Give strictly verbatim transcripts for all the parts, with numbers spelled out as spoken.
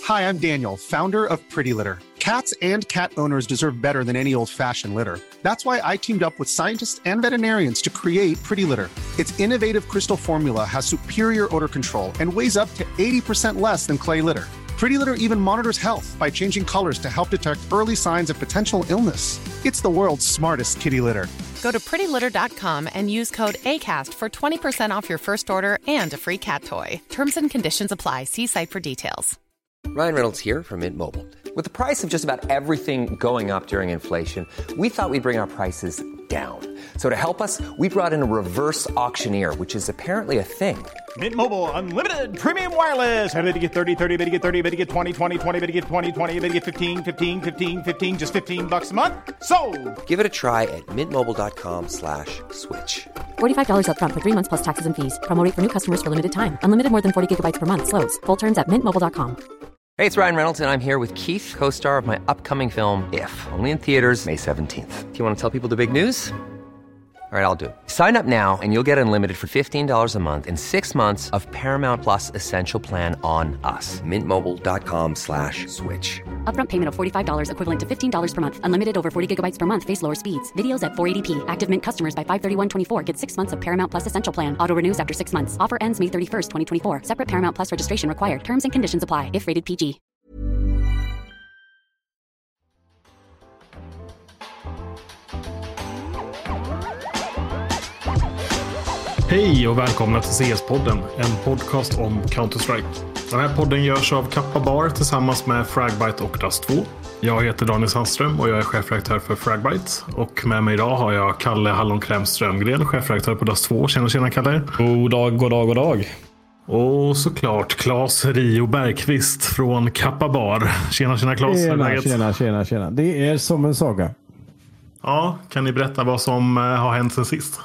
Hi, I'm Daniel, founder of Pretty Litter. Cats and cat owners deserve better than any old-fashioned litter. That's why I teamed up with scientists and veterinarians to create Pretty Litter. Its innovative crystal formula has superior odor control and weighs up to eighty percent less than clay litter. Pretty Litter even monitors health by changing colors to help detect early signs of potential illness. It's the world's smartest kitty litter. Go to pretty litter dot com and use code ACAST for twenty percent off your first order and a free cat toy. Terms and conditions apply. See site for details. Ryan Reynolds here from Mint Mobile. With the price of just about everything going up during inflation, we thought we'd bring our prices down. So to help us, we brought in a reverse auctioneer, which is apparently a thing. Mint Mobile Unlimited Premium Wireless. How to get thirty, thirty, bit to get thirty, bit to get twenty, twenty, twenty, bit to get twenty, twenty, bit to get fifteen, fifteen, fifteen, fifteen, just fifteen bucks a month? Sold! Give it a try at mintmobile.com slash switch. forty-five dollars up front for three months plus taxes and fees. Promo rate for new customers for limited time. Unlimited more than forty gigabytes per month. Slows full terms at mint mobile dot com. Hey, it's Ryan Reynolds, and I'm here with Keith, co-star of my upcoming film, If, only in theaters May seventeenth. Do you want to tell people the big news? All right, I'll do it. Sign up now and you'll get unlimited for fifteen dollars a month and six months of Paramount Plus Essential Plan on us. Mintmobile.com slash switch. Upfront payment of forty-five dollars equivalent to fifteen dollars per month. Unlimited over forty gigabytes per month. Face lower speeds. Videos at four eighty p. Active Mint customers by five thirty-one twenty-four get six months of Paramount Plus Essential Plan. Auto renews after six months. Offer ends May thirty-first, twenty twenty-four. Separate Paramount Plus registration required. Terms and conditions apply if rated P G. Hej och välkomna till C S-podden, en podcast om Counter-Strike. Den här podden görs av Kappa Bar tillsammans med Fragbite och Dust två. Jag heter Daniel Sandström och jag är chefredaktör för Fragbite. Och med mig idag har jag Kalle Hallonkräm Strömgren, chefredaktör på Dust två. Tjena, tjena Kalle. God dag, god dag, god dag. Och såklart Claes Rio Bergqvist från Kappa Bar. Tjena, tjena Claes. Tjena, tjena, tjena, tjena. Det är som en saga. Ja, kan ni berätta vad som har hänt sen sist?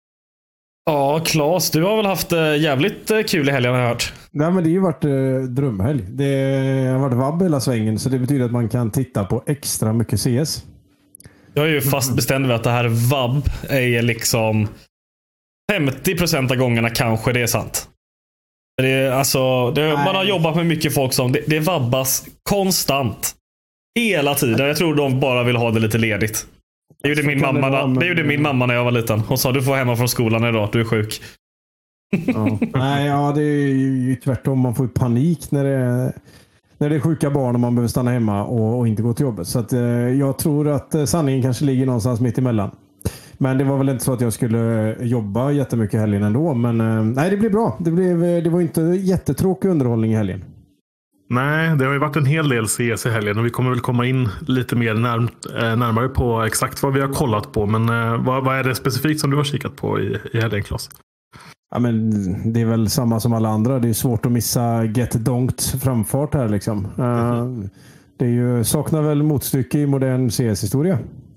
Ja, Claes, du har väl haft jävligt kul i helgen har jag hört. Nej, men det har ju varit eh, drömhelg. Det har varit vabb hela svängen, så det betyder att man kan titta på extra mycket C S. Jag är ju fast bestämd vid att det här vabb är liksom femtio procent av gångerna kanske det är sant. Det är, alltså, det, man har jobbat med mycket folk som det, det vabbas konstant. Hela tiden. Jag tror de bara vill ha det lite ledigt. Det gjorde, min mamma, det, det gjorde min mamma när jag var liten. Hon sa, du får hemma från skolan idag, du är sjuk. Ja. Nej, ja, det är ju tvärtom. Man får panik när det är, när det är sjuka barn och man behöver stanna hemma och, och inte gå till jobbet. Så att, eh, jag tror att eh, sanningen kanske ligger någonstans mitt emellan. Men det var väl inte så att jag skulle jobba jättemycket helgen ändå. Men eh, nej, det blev bra. Det, blev, det var inte jättetråkig underhållning i helgen. Nej, det har ju varit en hel del C S i helgen och vi kommer väl komma in lite mer närmt, eh, närmare på exakt vad vi har kollat på. Men eh, vad, vad är det specifikt som du har kikat på i, i helgen, Claes? Ja, men det är väl samma som alla andra. Det är svårt att missa Get Donked framfart här liksom. Uh, det är ju, saknar väl motstycke i modern C S-historia.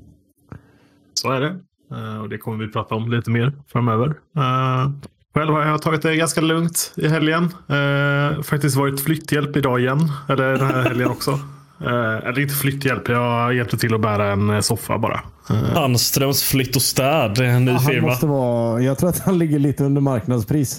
Så är det. Uh, och det kommer vi prata om lite mer framöver. Uh, Själv har jag tagit det ganska lugnt i helgen. Uh, faktiskt varit flytthjälp idag igen. Eller den här helgen också. Uh, eller inte flytthjälp. Jag hjälpte till att bära en soffa bara. Uh. Sandströms flytt och städ. En ny ja, firma. Måste vara, jag tror att han ligger lite under marknadspris.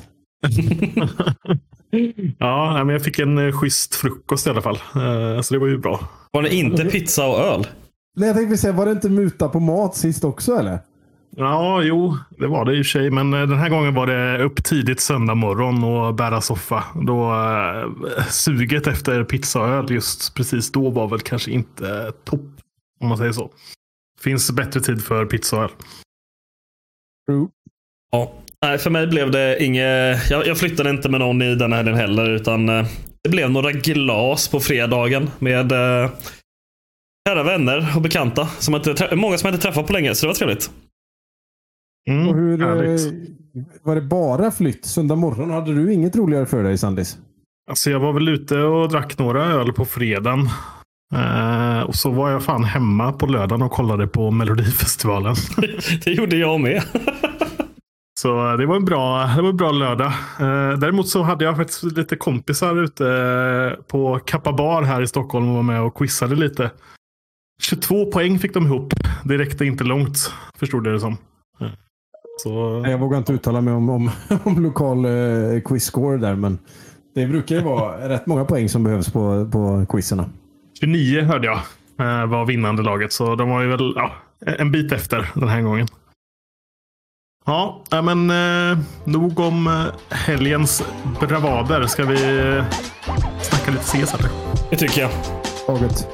Ja, men jag fick en schysst frukost i alla fall. Uh, så det var ju bra. Var det inte pizza och öl? Nej, jag tänkte säga, var det inte muta på mat sist också eller? Ja, jo, det var det i och för sig. Men den här gången var det upp tidigt söndag morgon och bära soffa. Då äh, suget efter pizza och öl just precis då var väl kanske inte topp, om man säger så. Finns bättre tid för pizza och öl. True. Ja, nej, för mig blev det inget... Jag, jag flyttade inte med någon i den här helgen heller, utan äh, det blev några glas på fredagen med äh, kära vänner och bekanta. Som inte, många som jag inte träffat på länge, så det var trevligt. Mm, och hur, var det bara flytt? Söndag morgon hade du inget roligare för dig, Sandis? Alltså jag var väl ute och drack några öl på fredagen. Eh, och så var jag fan hemma på lördagen och kollade på Melodifestivalen. Det gjorde jag med. Så det var en bra, det var en bra lördag. Eh, däremot så hade jag faktiskt lite kompisar ute på Kappa Bar här i Stockholm och var med och quizade lite. tjugotvå poäng fick de ihop. Det räckte inte långt, förstod det som. Så... Jag vågar inte uttala mig om, om, om lokal eh, quiz-score där, men Det brukar ju vara rätt många poäng som behövs på, på quizerna. tjugonio hörde jag var vinnande laget. Så de var ju väl ja, en bit efter den här gången. Ja, men eh, nog om eh, helgens bravader. Ska vi eh, snacka lite C S eller? Det tycker jag. Taget.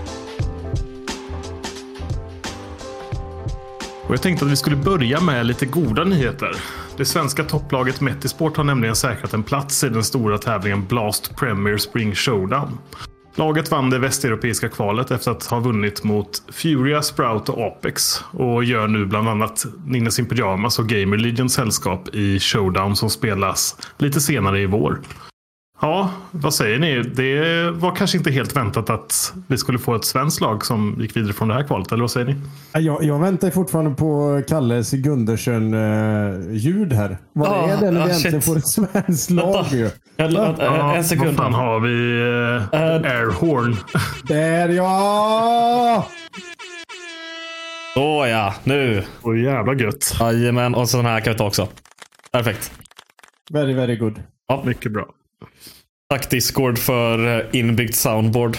Och jag tänkte att vi skulle börja med lite goda nyheter. Det svenska topplaget Metisport har nämligen säkrat en plats i den stora tävlingen Blast Premier Spring Showdown. Laget vann det västeuropeiska kvalet efter att ha vunnit mot Furia, Sprout och Apex och gör nu bland annat Ninjas in Pyjamas och Gamer Legions sällskap i Showdown som spelas lite senare i vår. Ja, vad säger ni? Det var kanske inte helt väntat att vi skulle få ett svenskt lag som gick vidare från det här kvalet, eller vad säger ni? Jag, jag väntar fortfarande på Kalles Gundersen uh, ljud här. Vad oh, är det när oh, vi äntligen får ett svenskt lag? Ja, en sekund. Vad fan har vi? Uh, uh, Airhorn. Där ja! Åh oh, ja, nu. Åh oh, jävla gött. Jajamän, och sån här kan vi ta också. Perfekt. Very, very good. Ja, mycket bra. Tack Discord för inbyggt soundboard.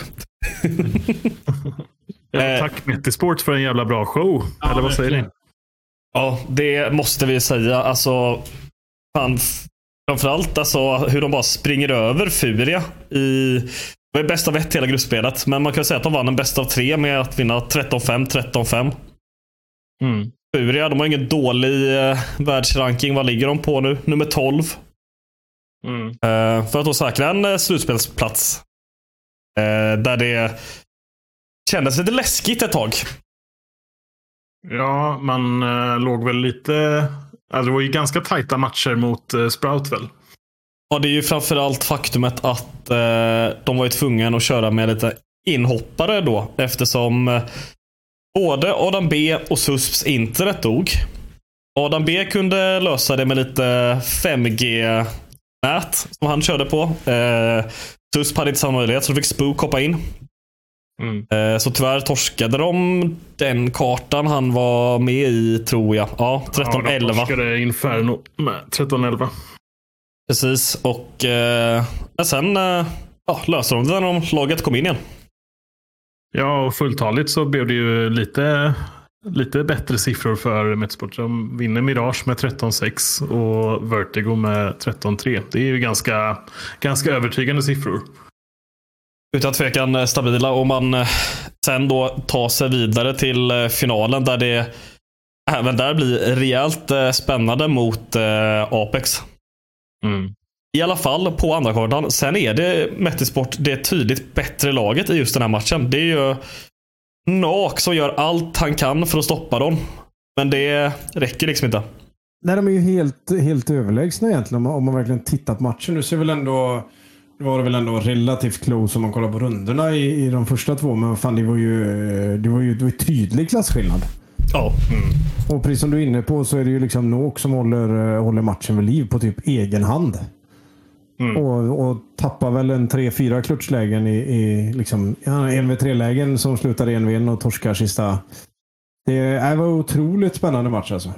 ja, tack Metisport för en jävla bra show. Ja, eller vad säger ni? Ja, det måste vi säga. Alltså, fan, framförallt alltså, hur de bara springer över Furia i det var bäst av ett hela gruppspelet. Men man kan säga att de vann en bäst av tre med att vinna tretton fem, tretton fem. Mm. Furia, de har ingen dålig eh, världsranking. Vad ligger de på nu? Nummer tolv. Mm. Uh, för att då säkra en uh, slutspelsplats uh, där det kändes lite läskigt ett tag. Ja, man uh, låg väl lite alltså, det var ju ganska tajta matcher mot uh, Sprout väl. Ja, det är ju framförallt faktumet att uh, de var ju tvungna att köra med lite inhoppare då, eftersom uh, både Adam B och Susps internet dog. Adam B kunde lösa det med lite fem G nät som han körde på. Eh, Susp hade inte samma möjlighet så då fick Spook hoppa in. Mm. Eh, så tyvärr torskade de den kartan han var med i, tror jag. Ja, tretton elva. Ja, de torskade Inferno med tretton elva. Precis, och eh, sen eh, ja, löste de det när de laget kom in igen. Ja, och fulltaligt så blev det ju lite... Lite bättre siffror för Metisport. De vinner Mirage med tretton sex och Vertigo med tretton tre. Det är ju ganska, ganska övertygande siffror. Utan tvekan stabila. Och man sen då tar sig vidare till finalen där det även där blir rejält spännande mot Apex. Mm. I alla fall på andra kartan. Sen är det Metisport det tydligt bättre laget i just den här matchen. Det är ju Nak som gör allt han kan för att stoppa dem. Men det räcker liksom inte. Nej, de är ju helt, helt överlägsna egentligen om man verkligen tittar på matchen. Nu ser väl ändå, det var det väl ändå relativt close om man kollar på runderna i, i de första två. Men fan, det var ju, det var ju, det var ju tydlig klassskillnad. Ja. Mm. Och precis som du är inne på så är det ju liksom Nok som håller, håller matchen vid liv på typ egen hand. Mm. Och, och tappar väl en tre fyra klutchlägen i, i liksom, ja, en v tre-lägen som slutar en v en och torskar sista. Det var otroligt spännande match alltså.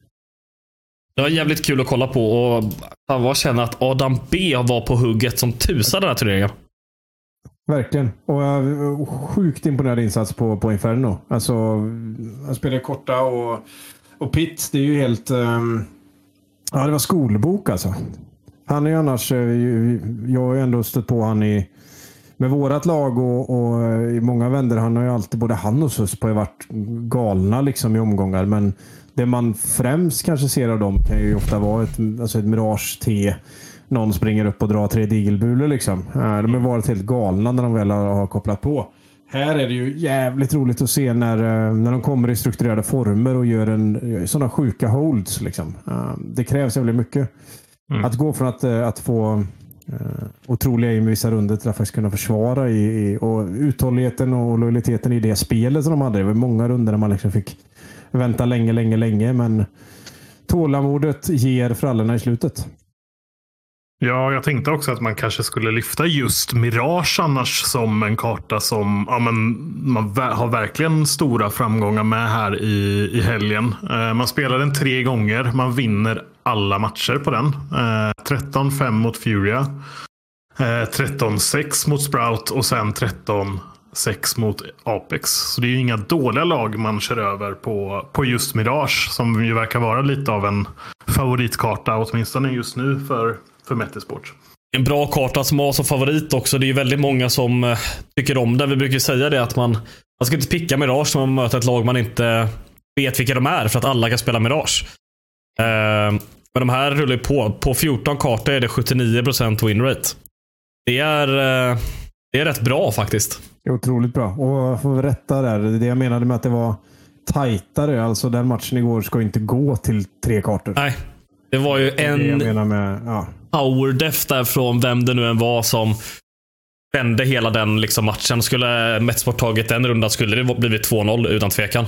Det var jävligt kul att kolla på och jag var känner att Adam B var på hugget som tusan den här turneringen. Verkligen. Och jag sjukt imponerad insats på, på Inferno. Alltså, han spelar korta och, och Pitt, det är ju helt um, ja, det var skolbok alltså. Han är ju annars, jag har ju ändå stött på han i med vårat lag och, och i många vänder, han har ju alltid, både han och Susp har ju varit galna liksom i omgångar, men det man främst kanske ser av dem kan ju ofta vara ett, alltså ett Mirage T, någon springer upp och drar tre digelbulor liksom. De har varit helt galna när de väl har kopplat på. Här är det ju jävligt roligt att se när, när de kommer i strukturerade former och gör en sådana sjuka holds liksom. Det krävs väldigt mycket. Mm. Att gå från att, att få uh, otroliga i vissa runder till att faktiskt kunna försvara i, i, och uthålligheten och lojaliteten i det spelet som de hade. Det var många runder där man liksom fick vänta länge, länge, länge, men tålamodet ger frallorna i slutet. Ja, jag tänkte också att man kanske skulle lyfta just Mirage annars som en karta som ja, men man vä- har verkligen stora framgångar med här i, i helgen. Eh, man spelar den tre gånger, man vinner alla matcher på den. Eh, tretton fem mot Furia. eh, tretton sex mot Sprout och sen tretton sex mot Apex. Så det är ju inga dåliga lag man kör över på, på just Mirage, som ju verkar vara lite av en favoritkarta åtminstone just nu för, för Metisport. En bra karta som har som favorit också. Det är ju väldigt många som uh, tycker om det. Vi brukar säga det att man, man ska inte picka Mirage som man möter ett lag man inte vet vilka de är, för att alla kan spela Mirage. Uh, men de här rullar på. På fjorton kartor är det sjuttionio procent winrate. Det är, uh, det är rätt bra faktiskt. Det är otroligt bra. Och får vi rätta där. Det jag menade med att det var tajtare. Alltså den matchen igår ska inte gå till tre kartor. Nej. Det var ju en det jag menar med, ja. power def där från vem det nu än var som vände hela den liksom matchen. Skulle Metisport tagit en runda skulle det blivit två noll utan tvekan.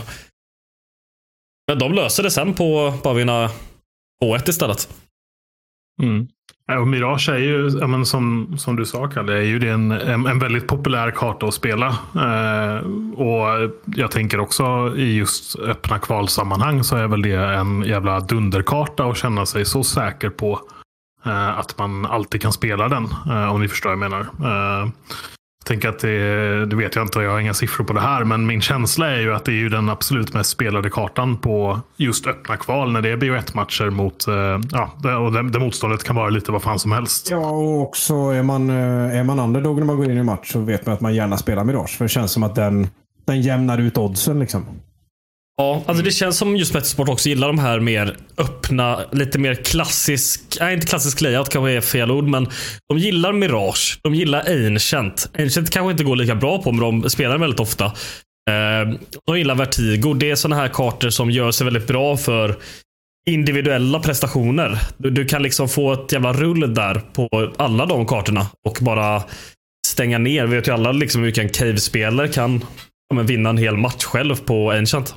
Men de löser det sen på bara vinna två ett istället. Mm. Och Mirage är ju, ja, men som, som du sa, Kalle, är ju det en, en, en väldigt populär karta att spela. Eh, och jag tänker också i just öppna kvalsammanhang så är väl det en jävla dunderkarta att känna sig så säker på eh, att man alltid kan spela den, eh, om ni förstår vad jag menar. Eh, jag tänker att det, det vet jag inte, jag har inga siffror på det här, men min känsla är ju att det är ju den absolut mest spelade kartan på just öppna kval när det är B O ett-matcher mot, ja, och det, det motståndet kan vara lite vad fan som helst. Ja, och också är man, är man underdog när man går in i match så vet man att man gärna spelar Mirage, för det känns som att den, den jämnar ut oddsen liksom. Ja, alltså det känns som just Metisport också gillar de här mer öppna, lite mer klassisk, nej inte klassisk layout kanske är fel ord, men de gillar Mirage, de gillar Ancient. Ancient kanske inte går lika bra på, men de spelar väldigt ofta. Eh, de gillar Vertigo, det är såna här kartor som gör sig väldigt bra för individuella prestationer. Du, du kan liksom få ett jävla rull där på alla de kartorna och bara stänga ner. Vi vet ju alla liksom hur mycket en Cave-spelare kan ja, men vinna en hel match själv på Ancient.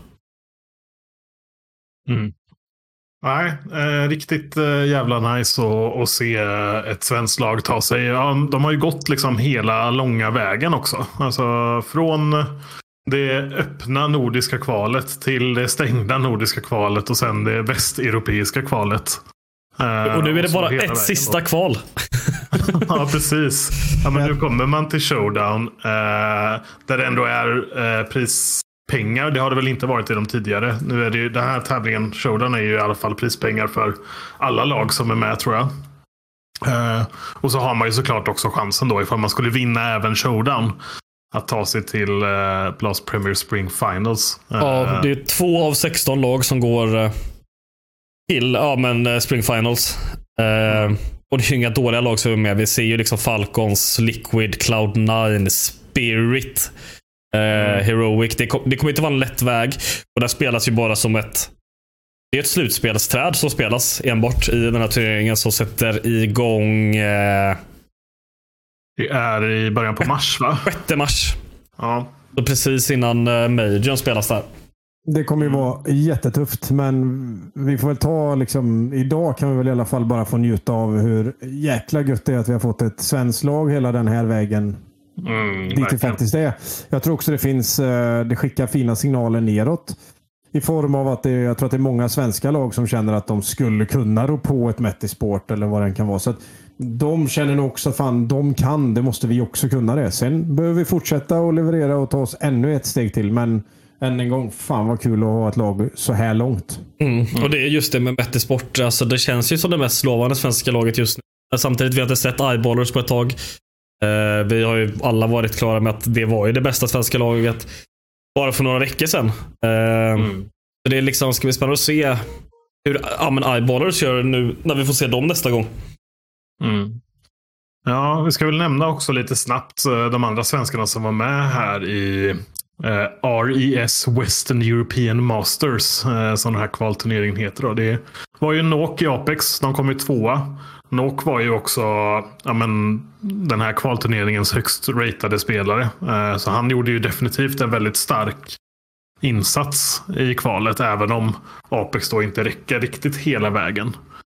Mm. Nej, eh, riktigt eh, jävla nice att se ett svenskt lag ta sig. Ja, de har ju gått liksom hela långa vägen också. Alltså från det öppna nordiska kvalet till det stängda nordiska kvalet och sen det västeuropeiska kvalet. Eh, och nu är det bara ett sista då. Kval. Ja, precis. Ja, men nu kommer man till Showdown eh, där det ändå är eh, pris pengar, det har det väl inte varit i de tidigare. Nu är det ju, den här tävlingen, Showdown, är ju i alla fall prispengar för alla lag som är med, tror jag. Uh, och så har man ju såklart också chansen då, ifall man skulle vinna även Showdown, att ta sig till uh, Blast Premier Spring Finals. Uh, ja, det är två av sexton lag som går uh, till ja, men, uh, Spring Finals. Uh, och det är ju inga dåliga lag som är med. Vi ser ju liksom Falcons, Liquid, Cloud nine, Spirit, Uh, Heroic. Det, kom, det kommer inte vara en lätt väg. Och där spelas ju bara som ett Det är ett slutspelsträd som spelas enbart i den här turneringen, som sätter igång uh, Det är i början på mars, va? sjätte mars. Ja. Så precis innan uh, Majorn spelas där. Det kommer ju vara jättetufft, men vi får väl ta liksom, idag kan vi väl i alla fall bara få njuta av hur jäkla gött det är att vi har fått ett svenskt lag hela den här vägen. Mm, dit det faktiskt är. Jag tror också det finns, det skickar fina signaler neråt i form av att det, jag tror att det är många svenska lag som känner att de skulle kunna rå på ett Metisport eller vad det kan vara. Så att de känner nog också, fan, de kan, det måste vi också kunna det. Sen behöver vi fortsätta och leverera och ta oss ännu ett steg till, men än en gång, fan vad kul att ha ett lag så här långt. Mm. Och det är just det med Metisport, alltså det känns ju som det mest lovande svenska laget just nu. Samtidigt vi har inte sett Eyeballers på ett tag. Uh, vi har ju alla varit klara med att det var ju det bästa svenska laget bara för några veckor sedan. Uh, mm. Så det är liksom, ska vi spännande att se hur ja, men Eyeballers gör nu när vi får se dem nästa gång. Mm. Ja, vi ska väl nämna också lite snabbt de andra svenskarna som var med här i uh, R E S Western European Masters, uh, som den här kvalturneringen heter då. Det var ju N O K i Apex, de kom ju tvåa. N O K var ju också ja, men, den här kvalturneringens högst ratade spelare. Uh, så han gjorde ju definitivt en väldigt stark insats i kvalet, även om Apex då inte räcker riktigt hela vägen.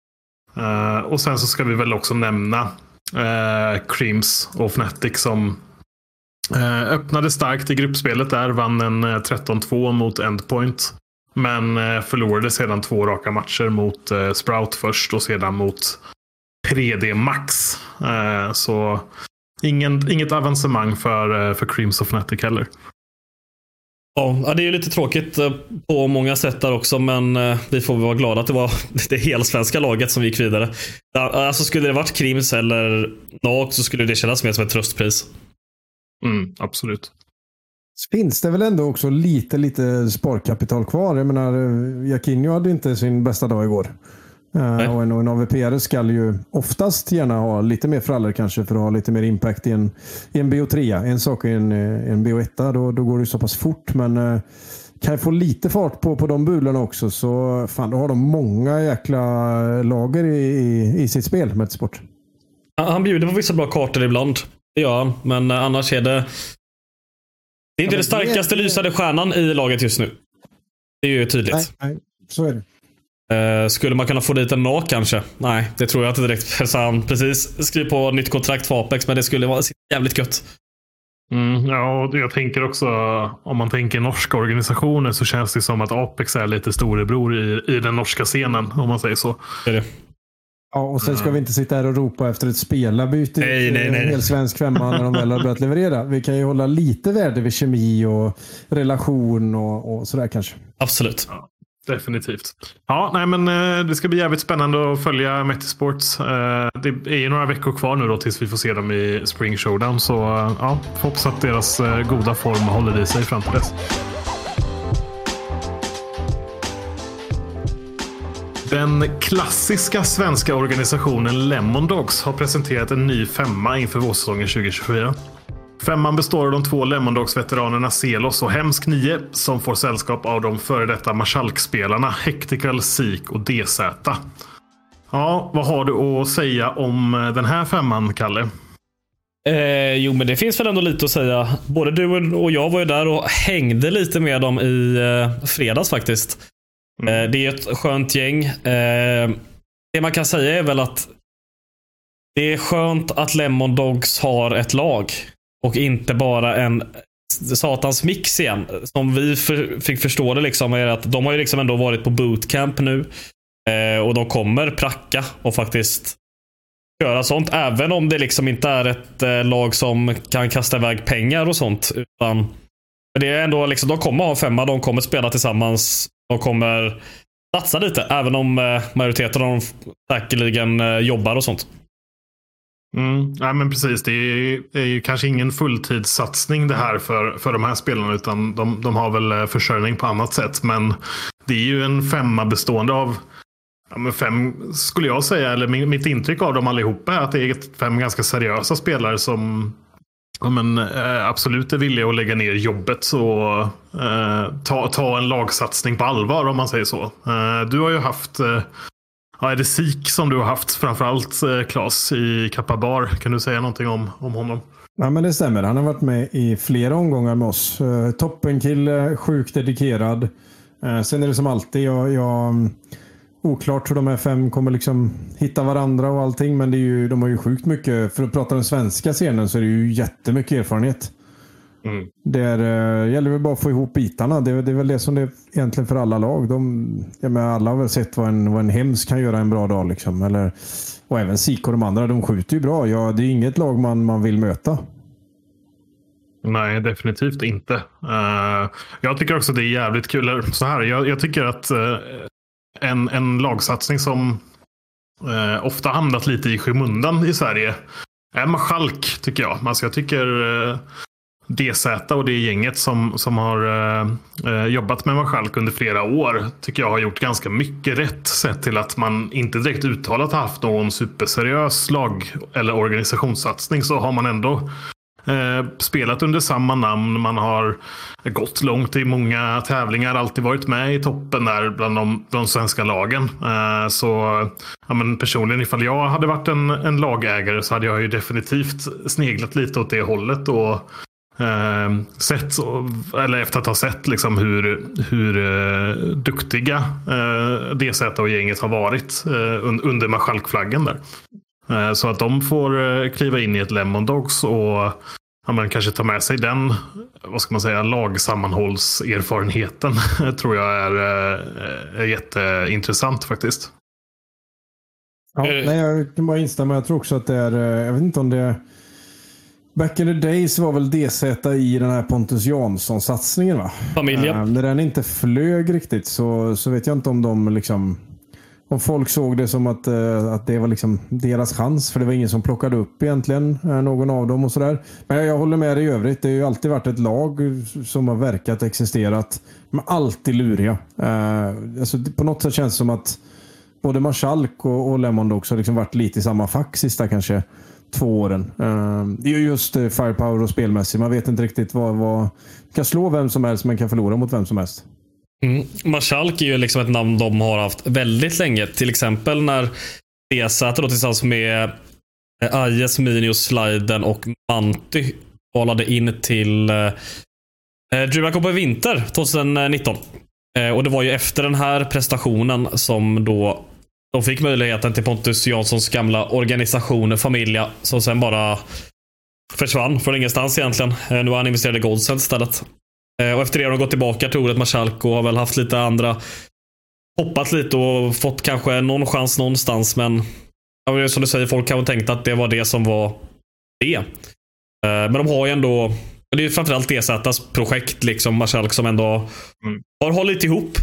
Uh, och sen så ska vi väl också nämna uh, Crims och Fnatic som uh, öppnade starkt i gruppspelet där, vann en uh, tretton två mot Endpoint, men uh, förlorade sedan två raka matcher mot uh, Sprout först och sedan mot tre D Max. Eh, så ingen, inget avancemang för, för Creams of Fnatic heller. Ja, det är ju lite tråkigt på många sätt där också, men vi får vara glada att det var det helsvenska laget som gick vidare. Alltså skulle det varit Krims eller N A K så skulle det kännas mer som ett tröstpris. Mm, absolut. Finns det väl ändå också lite, lite sparkapital kvar? Jag menar, Jakinho hade inte sin bästa dag igår. Uh, och en, en A V P-are ska ju oftast gärna ha lite mer frallor kanske för att ha lite mer impact i en, i en B O tre. En sak i en, en B O ett, då, då går det så pass fort. Men uh, kan jag få lite fart på, på de bulorna också så fan, då har de många jäkla lager i, i, i sitt spel med ett sport. Han bjuder på vissa bra kartor ibland. Det gör han, men uh, annars är det det är inte ja, det starkaste det... lysande stjärnan i laget just nu. Det är ju tydligt. Nej, nej, så är det. Uh, skulle man kunna få dit en N A K kanske? Nej, det tror jag inte direkt. Så han precis skriver på nytt kontrakt för Apex, men det skulle vara jävligt gött. Mm, ja, och jag tänker också, om man tänker norska organisationer så känns det som att Apex är lite storebror i, i den norska scenen, om man säger så. Det är det. Ja, och sen ska vi inte sitta här och ropa efter ett spelarbyte nej, nej, nej. en hel svensk femma när de väl har börjat leverera. Vi kan ju hålla lite värde vid kemi och relation och, och sådär kanske. Absolut. Ja. Definitivt. Ja, nej men eh, det ska bli jävligt spännande att följa Meti Sports. Eh, det är ju några veckor kvar nu då tills vi får se dem i Spring Showdown. Så eh, ja, hoppas att deras eh, goda form håller i sig fram till dess. Den klassiska svenska organisationen Lemon Dogs har presenterat en ny femma inför vårsäsongen tjugo tjugofyra. Femman består av de två Lemon Dogs-veteranerna Celos och Hemsk nio som får sällskap av de före detta Marshalk-spelarna Hectical, Sik och D Z. Ja, vad har du att säga om den här femman, Kalle? Eh, jo, men det finns väl ändå lite att säga. Både du och jag var ju där och hängde lite med dem i eh, fredags faktiskt. Mm. Eh, det är ett skönt gäng. Eh, det man kan säga är väl att det är skönt att Lemon Dogs har ett lag. Och inte bara en satans mix igen. Som vi för, fick förstå det liksom är att de har ju liksom ändå varit på bootcamp nu. Eh, och de kommer pracka och faktiskt göra sånt. Även om det liksom inte är ett eh, lag som kan kasta iväg pengar och sånt. Utan det är ändå liksom, de kommer ha femma, de kommer spela tillsammans. De kommer satsa lite. Även om eh, majoriteten av dem säkerligen eh, jobbar och sånt. Mm, ja, men precis, det är, är ju kanske ingen fulltidssatsning det här för, för de här spelarna, utan de, de har väl försörjning på annat sätt, men det är ju en femma bestående av ja, men fem, skulle jag säga, eller min, mitt intryck av dem allihopa är att det är fem ganska seriösa spelare som ja, men, eh, absolut är villiga att lägga ner jobbet och eh, ta, ta en lagsatsning på allvar, om man säger så. Eh, du har ju haft eh, Ja, är det Sik som du har haft framförallt, Claes, i Kappa Bar? Kan du säga någonting om, om honom? Ja, men det stämmer. Han har varit med i flera omgångar med oss. Uh, toppenkille, sjukt dedikerad. Uh, sen är det som alltid, jag, jag, oklart hur de här fem kommer liksom hitta varandra och allting, men det är ju, de har ju sjukt mycket, för att prata den svenska scenen så är det ju jättemycket erfarenhet. Mm. Det uh, gäller väl bara att få ihop bitarna. Det, det är väl det som det är egentligen för alla lag. De, ja, men alla har väl sett vad en, vad en Hems kan göra en bra dag. Liksom. Eller, och även Sik och de andra, de skjuter ju bra. Ja, det är inget lag man, man vill möta. Nej, definitivt inte. Uh, jag tycker också det är jävligt kul. Så här, jag, jag tycker att uh, en, en lagsatsning som uh, ofta hamnat lite i skymundan i Sverige är Marshalk, tycker jag. Alltså, jag tycker... Uh, D Z och det gänget som, som har eh, jobbat med Marshalk under flera år tycker jag har gjort ganska mycket rätt, sett till att man inte direkt uttalat haft någon superseriös lag eller organisationssatsning, så har man ändå eh, spelat under samma namn. Man har gått långt i många tävlingar, alltid varit med i toppen där bland de, de svenska lagen. Eh, så ja, men personligen, ifall jag hade varit en, en lagägare så hade jag ju definitivt sneglat lite åt det hållet och Eh, sett, eller efter att ha sett liksom hur, hur eh, duktiga eh, D Z och gänget har varit eh, under Marshalk-flaggen där. Eh, så att de får eh, kliva in i ett Lemon Dogs och ja, men kanske ta med sig den, vad ska man säga, lagsammanhållserfarenheten tror jag är, är jätteintressant faktiskt. Ja, nej, jag kan bara instämma. Jag tror också att det är, jag vet inte om det är, back in the days var väl D Z i den här Pontus Jansson-satsningen, va? Familjen. Äh, när den inte flög riktigt så, så vet jag inte om de liksom, om folk såg det som att, uh, att det var liksom deras chans, för det var ingen som plockade upp egentligen uh, någon av dem och sådär. Men jag, jag håller med dig i övrigt. Det har ju alltid varit ett lag som har verkat, existerat, men alltid luriga. Uh, alltså, på något sätt känns det som att både Marschalk och, och Lemon också har liksom varit lite i samma fack sista kanske två åren. Uh, det är just uh, firepower och spelmässigt. Man vet inte riktigt vad, vad kan slå vem som helst, men kan förlora mot vem som helst. Mm. Marschalk är ju liksom ett namn de har haft väldigt länge. Till exempel när D Z då tillsammans med Ajes, Minius, Sliden och Manty valade in till eh, Dream Cup i vinter tjugonitton. Eh, och det var ju efter den här prestationen som då de fick möjligheten till Pontus Janssons gamla organisation Familja, som sen bara försvann från ingenstans egentligen. Eh, nu har han investerat i Godsend istället. Och efter det har de gått tillbaka till ordet Marschalk och har väl haft lite andra, hoppat lite och fått kanske någon chans någonstans, men som du säger, folk har tänkt att det var det som var det. Men de har ju ändå, det är ju framförallt D Z:s projekt liksom, Marschalk, som ändå mm. har hållit ihop.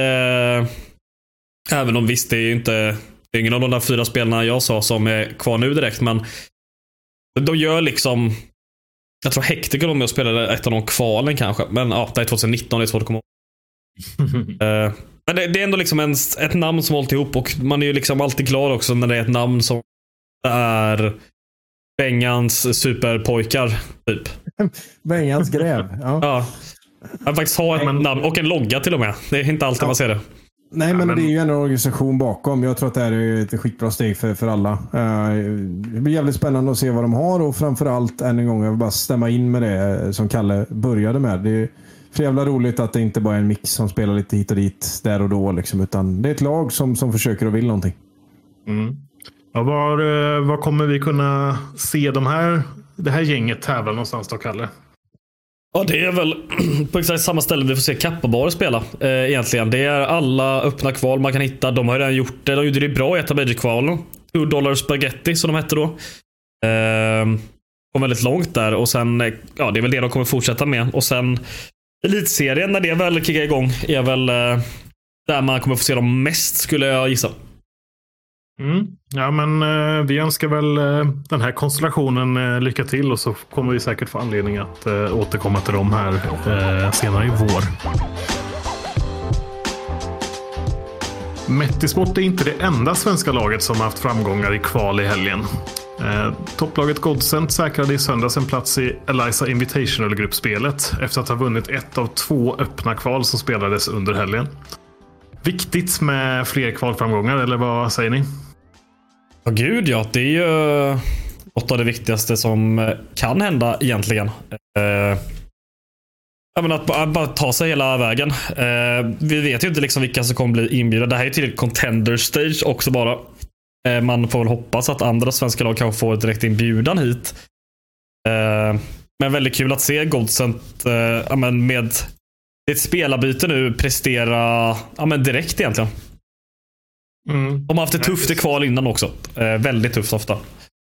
Även om visst, det är ju inte, det är ingen av de där fyra spelarna jag sa som är kvar nu direkt, men de gör liksom, jag tror Hector om jag spelade ett av de kvalen kanske. Men ja, det är tjugonitton, det är svårt att komma ihåg. uh, Men det, det är ändå liksom en, ett namn som hållit ihop. Och man är ju liksom alltid klar också när det är ett namn som är Bengans superpojkar typ. Bengans gräv, ja. Ja. Jag faktiskt har ett men, namn och en logga till och med. Det är inte alltid ja. man ser det. Nej, men, ja, men det är ju en organisation bakom. Jag tror att det här är ett skitbra steg för, för alla. Uh, det blir jävligt spännande att se vad de har, och framförallt än en gång, jag vill bara stämma in med det som Kalle började med. Det är för jävla roligt att det inte bara är en mix som spelar lite hit och dit där och då liksom, utan det är ett lag som, som försöker och vill någonting. Mm. Ja, var, var kommer vi kunna se de här, det här gänget tävla någonstans då, Kalle? Ja, det är väl på exakt samma ställe vi får se Kappa Bar spela eh, egentligen. Det är alla öppna kval man kan hitta. De har redan gjort det. De gjorde det bra i ett av Major-kvalen. Two dollar spaghetti som de hette då. Eh, kom väldigt långt där. Och sen, ja, det är väl det de kommer fortsätta med. Och sen elitserien, när det väl kickar igång, är väl eh, där man kommer få se dem mest, skulle jag gissa. Mm. Ja, men eh, vi önskar väl eh, den här konstellationen eh, lycka till, och så kommer vi säkert få anledning att eh, återkomma till dem här eh, senare i vår. Metisport är inte det enda svenska laget som har haft framgångar i kval i helgen. Eh, topplaget Godsend säkrade i söndags en plats i Eliza Invitational-gruppspelet efter att ha vunnit ett av två öppna kval som spelades under helgen. Viktigt med fler kvalframgångar, eller vad säger ni? Ja, gud ja. Det är ju något av det viktigaste som kan hända egentligen. Eh, jag menar, att bara, bara ta sig hela vägen. Eh, vi vet ju inte liksom vilka som kommer bli inbjudna. Det här är till contender stage också bara. Eh, man får väl hoppas att andra svenska lag kanske får ett direkt inbjudan hit. Eh, men väldigt kul att se Godsend eh, ja, men med ett spelarbyte nu prestera ja, men direkt egentligen. Mm. De har haft ett tufft i kval innan också. Eh, väldigt tufft ofta.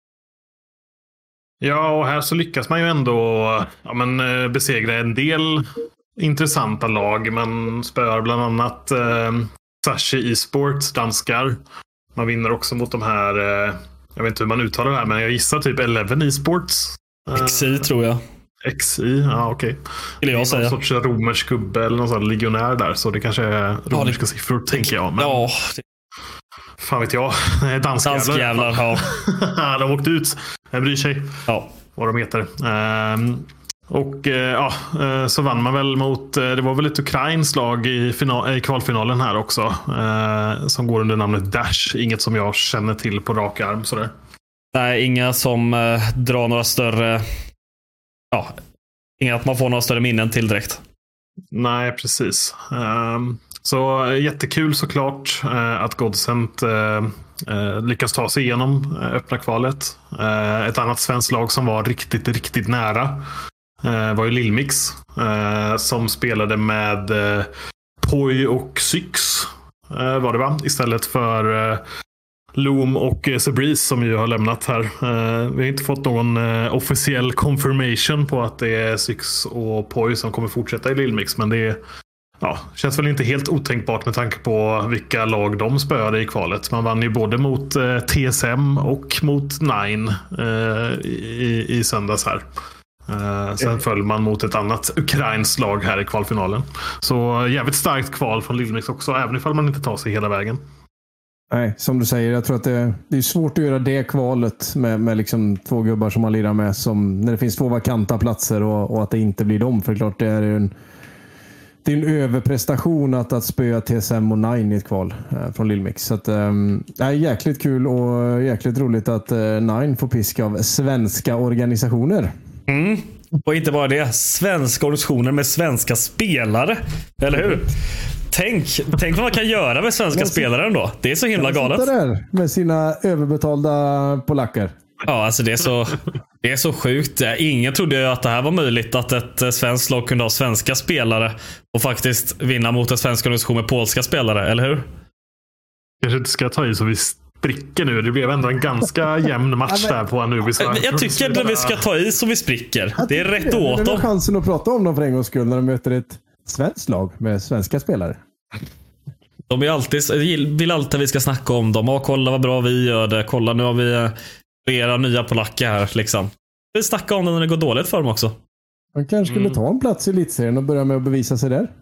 Ja, och här så lyckas man ju ändå ja, men, besegra en del intressanta lag. Man spöar bland annat eh, Sashi eSports, danskar. Man vinner också mot de här, eh, jag vet inte hur man uttalar det här, men jag gissar typ elva eSports. X I tror jag. X I, ja okej. Okay. Någon säga. sorts romersk gubbe eller någon sån legionär där, så det kanske är romerska ja, det... siffror, tänker jag. Men... Ja, det... fan vet jag. Danskjävlar. Danskjävlar, ja. De åkte ut. Jag bryr sig. Ja. Vad de heter. Um, och uh, ja, uh, så vann man väl mot, uh, det var väl ett ukrainskt lag i, final, i kvalfinalen här också. Uh, som går under namnet Dash. Inget som jag känner till på rak arm sådär. Nej, inga som uh, drar några större... Ja, inga att man får några större minnen till direkt. Nej, precis. Um, så jättekul såklart uh, att Godsend uh, uh, lyckas ta sig igenom uh, öppna kvalet. Uh, ett annat svenskt lag som var riktigt, riktigt nära uh, var ju Lillmix uh, som spelade med uh, Poi och Syx uh, var det va? Istället för uh, Loom och Sebreeze som ju har lämnat här. Uh, vi har inte fått någon uh, officiell confirmation på att det är Syx och Poi som kommer fortsätta i Little Mix, men det är, ja, känns väl inte helt otänkbart med tanke på vilka lag de spöade i kvalet. Man vann ju både mot uh, T S M och mot Nine uh, i, i söndags här. Uh, sen föll man mot ett annat ukrainskt lag här i kvalfinalen. Så jävligt starkt kval från Little Mix också, även ifall man inte tar sig hela vägen. Nej, som du säger, jag tror att det, det är svårt att göra det kvalet med, med liksom två gubbar som man lirar med, som, när det finns två vakanta platser och, och att det inte blir dem. För klart det är en, det är en överprestation att, att spöa T S M och Nine i ett kval eh, från Little Mix. Så att, eh, det är jäkligt kul och jäkligt roligt att eh, Nine får pisk av svenska organisationer. Mm. Och inte bara det, svenska organisationer med svenska spelare, eller hur? Tänk, tänk vad man kan göra med svenska spelare ändå. Det är så himla galet. Där med sina överbetalda polacker. Ja, alltså det är så det är så sjukt. Ingen trodde ju att det här var möjligt, att ett svenskt lag kunde ha svenska spelare och faktiskt vinna mot en svensk organisation med polska spelare, eller hur? Kanske inte ska ta i så vi spricker nu. Det blev ändå en ganska jämn match där på Anubis. Jag tycker att vi ska ta i så vi spricker. Det är rätt åt dem. Det är chansen att prata om dem för en gångs skull när de möter ett svenskt lag med svenska spelare. De är alltid, vill alltid att vi ska snacka om dem. Och kolla vad bra vi gör det. Kolla, nu har vi flera nya polacker här liksom. Vi snackar om det när det går dåligt för dem också. Man kanske skulle ta en plats i elitserien och börja med att bevisa sig där.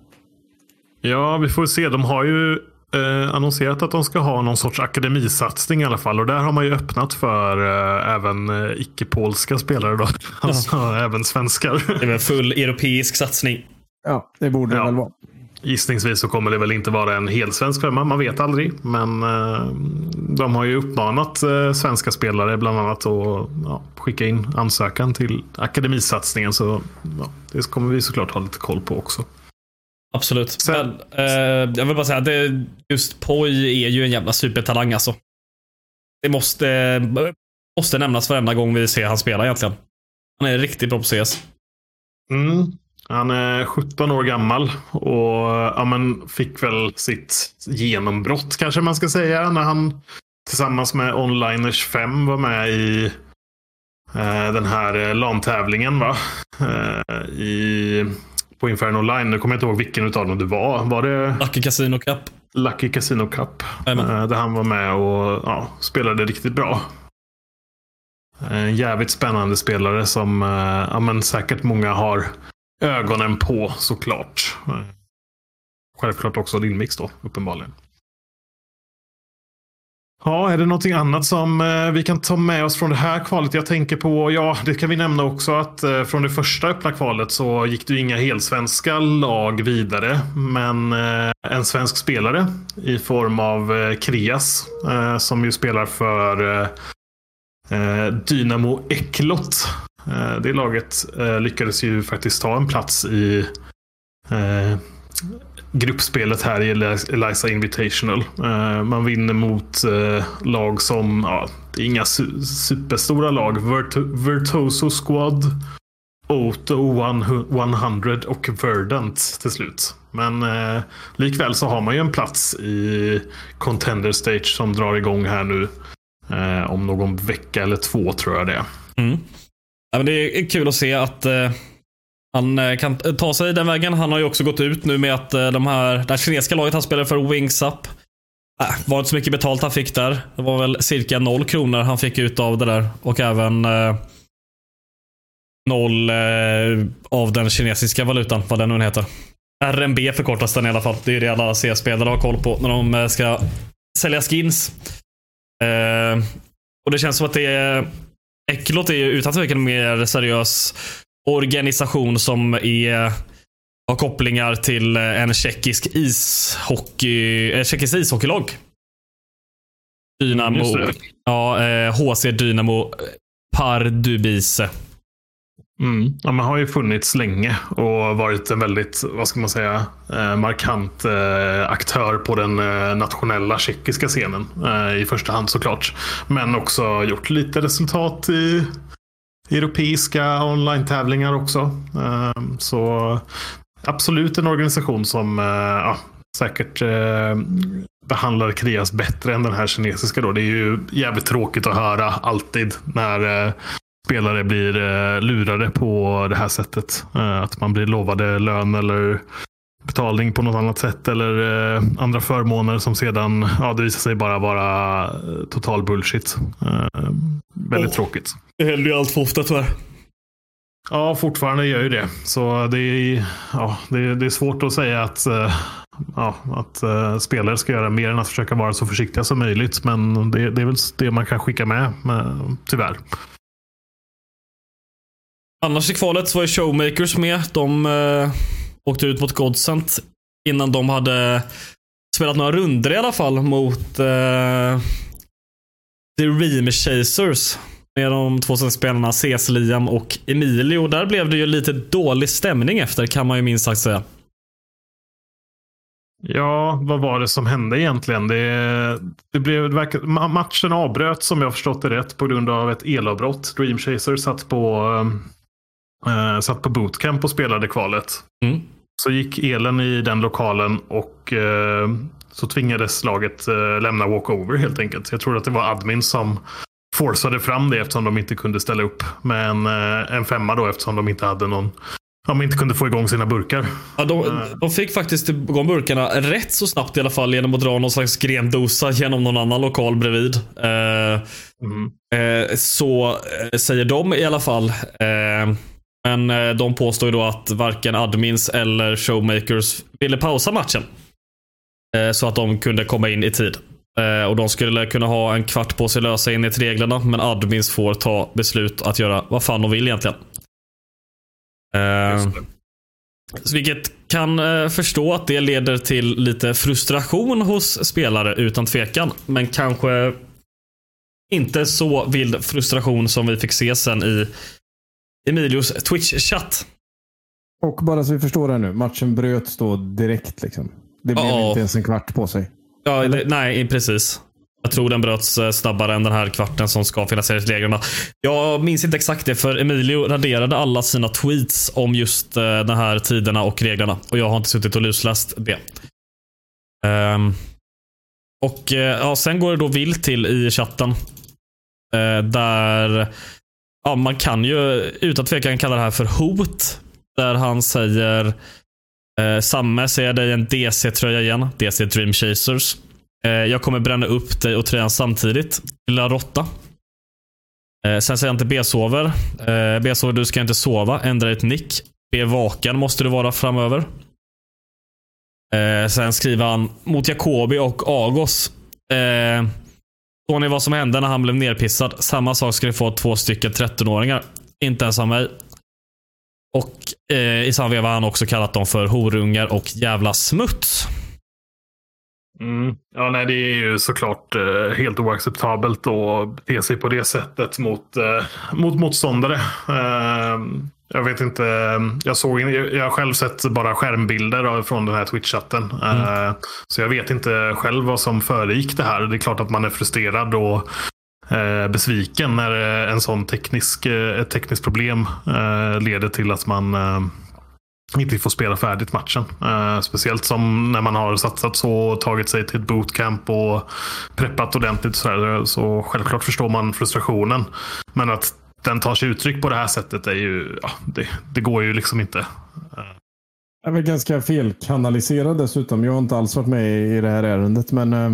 Ja, vi får se. De har ju eh, annonserat att de ska ha någon sorts akademisatsning i alla fall. Och där har man ju öppnat för eh, även eh, icke-polska spelare då. Alltså ja. Även svenskar. Det är väl full europeisk satsning. Ja, det borde ja. det väl vara. Gissningsvis så kommer det väl inte vara en helt svensk femma, man vet aldrig. Men eh, de har ju uppmanat eh, svenska spelare bland annat att ja, skicka in ansökan till akademisatsningen. Så ja, det kommer vi såklart ha lite koll på också. Absolut. Sen, Men, eh, jag vill bara säga att det, just Poi är ju en jävla supertalang alltså. Det måste, måste nämnas varenda gång vi ser han spela egentligen. Han är riktigt bra på C S. Mm. Han är sjutton år gammal och ja, men fick väl sitt genombrott kanske man ska säga när han tillsammans med Onliners fem var med i eh, den här LAN-tävlingen va? Eh, i, på Inferno Online. Nu kommer jag inte ihåg vilken utav dem det var. Var det Lucky Casino Cup? Lucky Casino Cup. Eh, där han var med och ja, spelade riktigt bra. En jävligt spännande spelare som eh, ja, men säkert många har ögonen på såklart. Självklart också Little Mix då, uppenbarligen. Ja, är det någonting annat som eh, vi kan ta med oss från det här kvalet? Jag tänker på, ja, det kan vi nämna också att eh, från det första öppna kvalet så gick det ju inga helsvenska lag vidare. Men eh, en svensk spelare i form av eh, Krias eh, som ju spelar för eh, Dynamo Eklot. Det laget eh, lyckades ju faktiskt ta en plats i eh, gruppspelet här i Eliza Invitational. Eh, man vinner mot eh, lag som, ja, det är inga su- superstora lag. Vert- Virtuoso Squad, Auto hundra och Verdant till slut. Men eh, likväl så har man ju en plats i Contender Stage som drar igång här nu eh, om någon vecka eller två tror jag det är. Mm. Ja, men det är kul att se att eh, han eh, kan ta sig den vägen. Han har ju också gått ut nu med att eh, de här, det här kinesiska laget han spelar för Wings Up äh, var inte så mycket betalt han fick där. Det var väl cirka noll kronor han fick ut av det där. Och även eh, noll eh, av den kinesiska valutan, vad den nu heter. R M B förkortas den i alla fall. Det är ju det alla C S-spelare har koll på när de eh, ska sälja skins. Eh, och det känns som att det är Eklot är ju utan tvekan en mer seriös organisation som är, har kopplingar till en tjeckisk ishockey, en tjeckisk ishockeylag. Dynamo. Mm, ja, eh, H C Dynamo Pardubice. Mm. Ja, man har ju funnits länge och varit en väldigt, vad ska man säga, eh, markant eh, aktör på den eh, nationella tjeckiska scenen eh, i första hand såklart. Men också gjort lite resultat i europeiska online-tävlingar också. Eh, så absolut en organisation som eh, ja, säkert eh, behandlar Krias bättre än den här kinesiska då. Det är ju jävligt tråkigt att höra alltid när eh, spelare blir eh, lurade på det här sättet. Eh, att man blir lovade lön eller betalning på något annat sätt eller eh, andra förmåner som sedan, ja, det visar sig bara vara eh, total bullshit. Eh, väldigt oh, tråkigt. Det händer ju allt för ofta tyvärr. Ja, fortfarande gör ju det. Så det är, ja, det är, det är svårt att säga att, eh, ja, att eh, spelare ska göra mer än att försöka vara så försiktiga som möjligt. Men det, det är väl det man kan skicka med, med tyvärr. Annars i kvalet så var ju Showmakers med. De eh, åkte ut mot Godsent innan de hade spelat några runder i alla fall mot eh, The Dream Chasers med de två spelarna C S Liam och Emilio. Där blev det ju lite dålig stämning efter, kan man ju minst sagt säga. Ja, vad var det som hände egentligen? Det, det blev, matchen avbröt som jag förstått det rätt på grund av ett elavbrott. Dream Chasers satt på äh, satt på bootcamp och spelade kvalet. Mm. Så gick elen i den lokalen och äh, så tvingades laget äh, lämna walkover helt enkelt. Jag tror att det var admin som forcade fram det eftersom de inte kunde ställa upp med en, äh, en femma då, eftersom de inte hade någon, de inte kunde få igång sina burkar. Ja, de, de fick faktiskt igång burkarna rätt så snabbt i alla fall genom att dra någon slags grendosa genom någon annan lokal bredvid. Eh, mm. eh, så eh, säger de i alla fall. Eh, men eh, de påstår ju då att varken admins eller showmakers ville pausa matchen. Eh, så att de kunde komma in i tid. Eh, och de skulle kunna ha en kvart på sig att lösa in i reglerna. Men admins får ta beslut att göra vad fan de vill egentligen. Uh, vilket kan uh, förstå att det leder till lite frustration hos spelare utan tvekan, men kanske inte så vild frustration som vi fick se sen i Emilios Twitch-chatt. Och bara så vi förstår det nu, matchen bröts då direkt liksom. Det blev oh. inte ens en kvart på sig. Ja, det, nej, precis. Jag tror den bröts snabbare än den här kvarten som ska finnas i reglerna. Jag minns inte exakt det, för Emilio raderade alla sina tweets om just uh, den här tiderna och reglerna. Och jag har inte suttit och lusläst det. Um, och uh, ja, sen går det då vilt till i chatten. Uh, där ja, man kan ju utan tvekan kalla det här för hot. Där han säger uh, Samme, säger dig en D C-tröja igen. D C Dream Chasers. Jag kommer bränna upp dig och tröjan samtidigt. Lilla råtta. Sen säger han till B-sover. B-sover, du ska inte sova. Ändra ett nick. B-vaken måste du vara framöver. Sen skriver han mot Jacobi och Agos. Såg ni vad som hände när han blev nerpissad? Samma sak ska ni få två stycken tretton-åringar. Inte ens av mig. Och eh, i samma veva har han också kallat dem för horungar och jävla smuts. Mm. Ja, nej, det är ju såklart eh, helt oacceptabelt att bete sig på det sättet mot, eh, mot motståndare. Eh, jag vet inte, jag såg jag har själv sett bara skärmbilder från den här Twitch-chatten. Mm. Eh, så jag vet inte själv vad som föregick det här. Det är klart att man är frustrerad och eh, besviken när en sån teknisk, ett tekniskt problem eh, leder till att man eh, inte får spela färdigt matchen. Uh, speciellt som när man har satsat så och tagit sig till ett bootcamp och preppat ordentligt så, här, så självklart förstår man frustrationen. Men att den tar sig uttryck på det här sättet är ju, ja, det, det går ju liksom inte. Uh. Jag är väl ganska felkanaliserad dessutom. Jag har inte alls varit med i det här ärendet, men uh,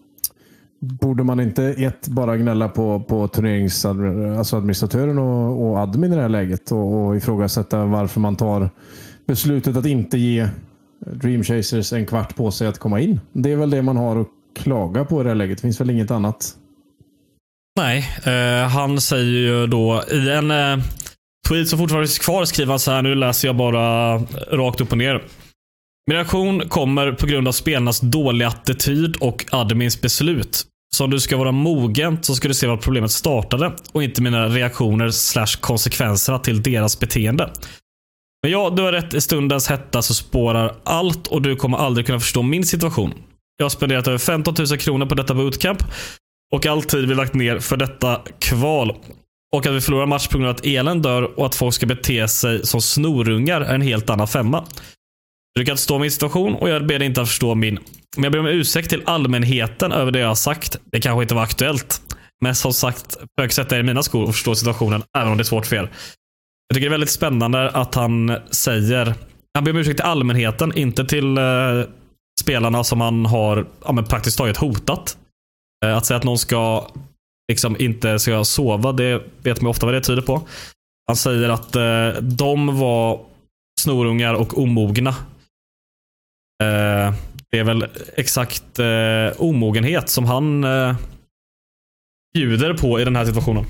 borde man inte ett bara gnälla på, på turneringsadministratören alltså och, och admin i det här läget och, och ifrågasätta varför man tar beslutet att inte ge Dream Chasers en kvart på sig att komma in. Det är väl det man har att klaga på i det här läget. Det finns väl inget annat. Nej, eh, han säger ju då i en eh, tweet som fortfarande är kvar, skriver han så här, nu läser jag bara rakt upp och ner. Min reaktion kommer på grund av spelarnas dåliga attityd och admins beslut. Så om du ska vara mogen så ska du se vad problemet startade och inte mina reaktioner slash konsekvenserna till deras beteende. Men ja, du har rätt, i stundens hetta så spårar allt och du kommer aldrig kunna förstå min situation. Jag har spenderat över femton tusen kronor på detta bootcamp och all tid vi lagt ner för detta kval. Och att vi förlorar match på grund av att elen dör och att folk ska bete sig som snorungar är en helt annan femma. Du kan förstå min situation och jag ber dig inte att förstå min. Men jag ber om ursäkt till allmänheten över det jag har sagt. Det kanske inte var aktuellt. Men som sagt, försök sätta er i mina skor och förstå situationen, även om det är svårt för er. Jag tycker det är väldigt spännande att han säger, han ber om ursäkt till allmänheten, inte till eh, spelarna som han har ja, men praktiskt taget hotat. Eh, att säga att någon ska liksom inte ska sova, det vet man ofta vad det tyder på. Han säger att eh, de var snorungar och omogna. Eh, det är väl exakt eh, omogenhet som han eh, bjuder på i den här situationen.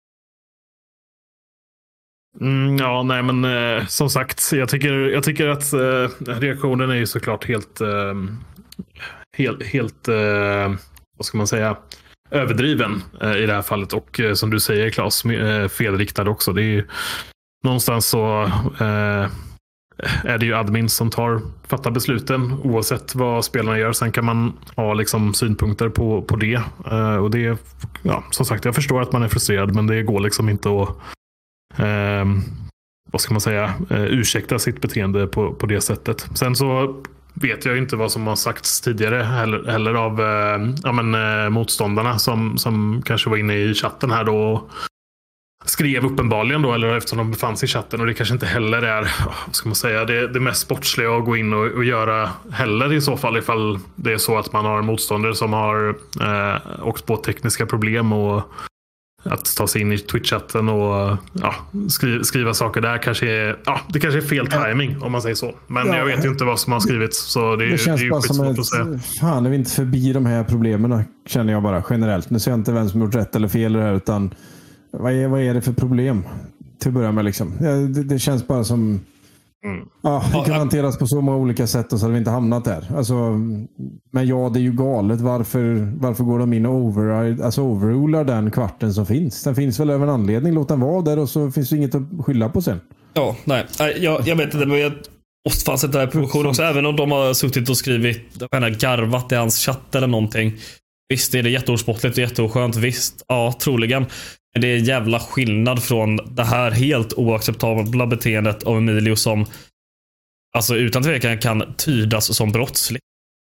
Mm, ja, nej men eh, som sagt, jag tycker, jag tycker att eh, reaktionen är ju såklart helt eh, helt, helt eh, vad ska man säga, överdriven eh, i det här fallet, och eh, som du säger Claes, eh, felriktad också. Det är ju någonstans så eh, är det ju admin som tar fattar besluten oavsett vad spelarna gör. Sen kan man ha liksom synpunkter på, på det eh, och det, ja, som sagt, jag förstår att man är frustrerad, men det går liksom inte att eh, vad ska man säga, eh, ursäkta sitt beteende på, på det sättet. Sen så vet jag inte vad som har sagts tidigare heller, heller av eh, ja, men, eh, motståndarna som, som kanske var inne i chatten här då och skrev uppenbarligen då, eller eftersom de befann sig i chatten, och det kanske inte heller är, vad ska man säga, det, det mest sportsliga att gå in och, och göra heller i så fall, ifall det är så att man har motståndare som har eh, åkt på tekniska problem och att ta sig in i Twitch-chatten och ja, skriva, skriva saker där kanske är, ja, det kanske är fel timing om man säger så. Men ja, jag vet ju inte vad som har skrivits, så det, det känns det är ju bara som ett, att säga. Fan, är vi inte förbi de här problemen, känner jag bara generellt. Nu ser jag inte vem som gjort rätt eller fel här, utan vad är, vad är det för problem till att börja med liksom. Ja, det, det känns bara som mm. ja, det kan hanteras på så många olika sätt och så hade vi inte hamnat där. Alltså, men ja, det är ju galet. Varför, varför går de in och over, alltså overrular den kvarten som finns? Den finns väl över en anledning. Låt den vara där och så finns det inget att skylla på sen. Ja, nej. Jag, jag vet inte, men jag måste fan sätta det här i produktion också. Även om de har suttit och skrivit, garvat i hans chatt eller någonting. Visst är det jätteosportligt och jätteoskönt. Visst, ja, troligen. Men det är en jävla skillnad från det här helt oacceptabla beteendet av Emilio som alltså utan tvekan kan tydas som brottslig.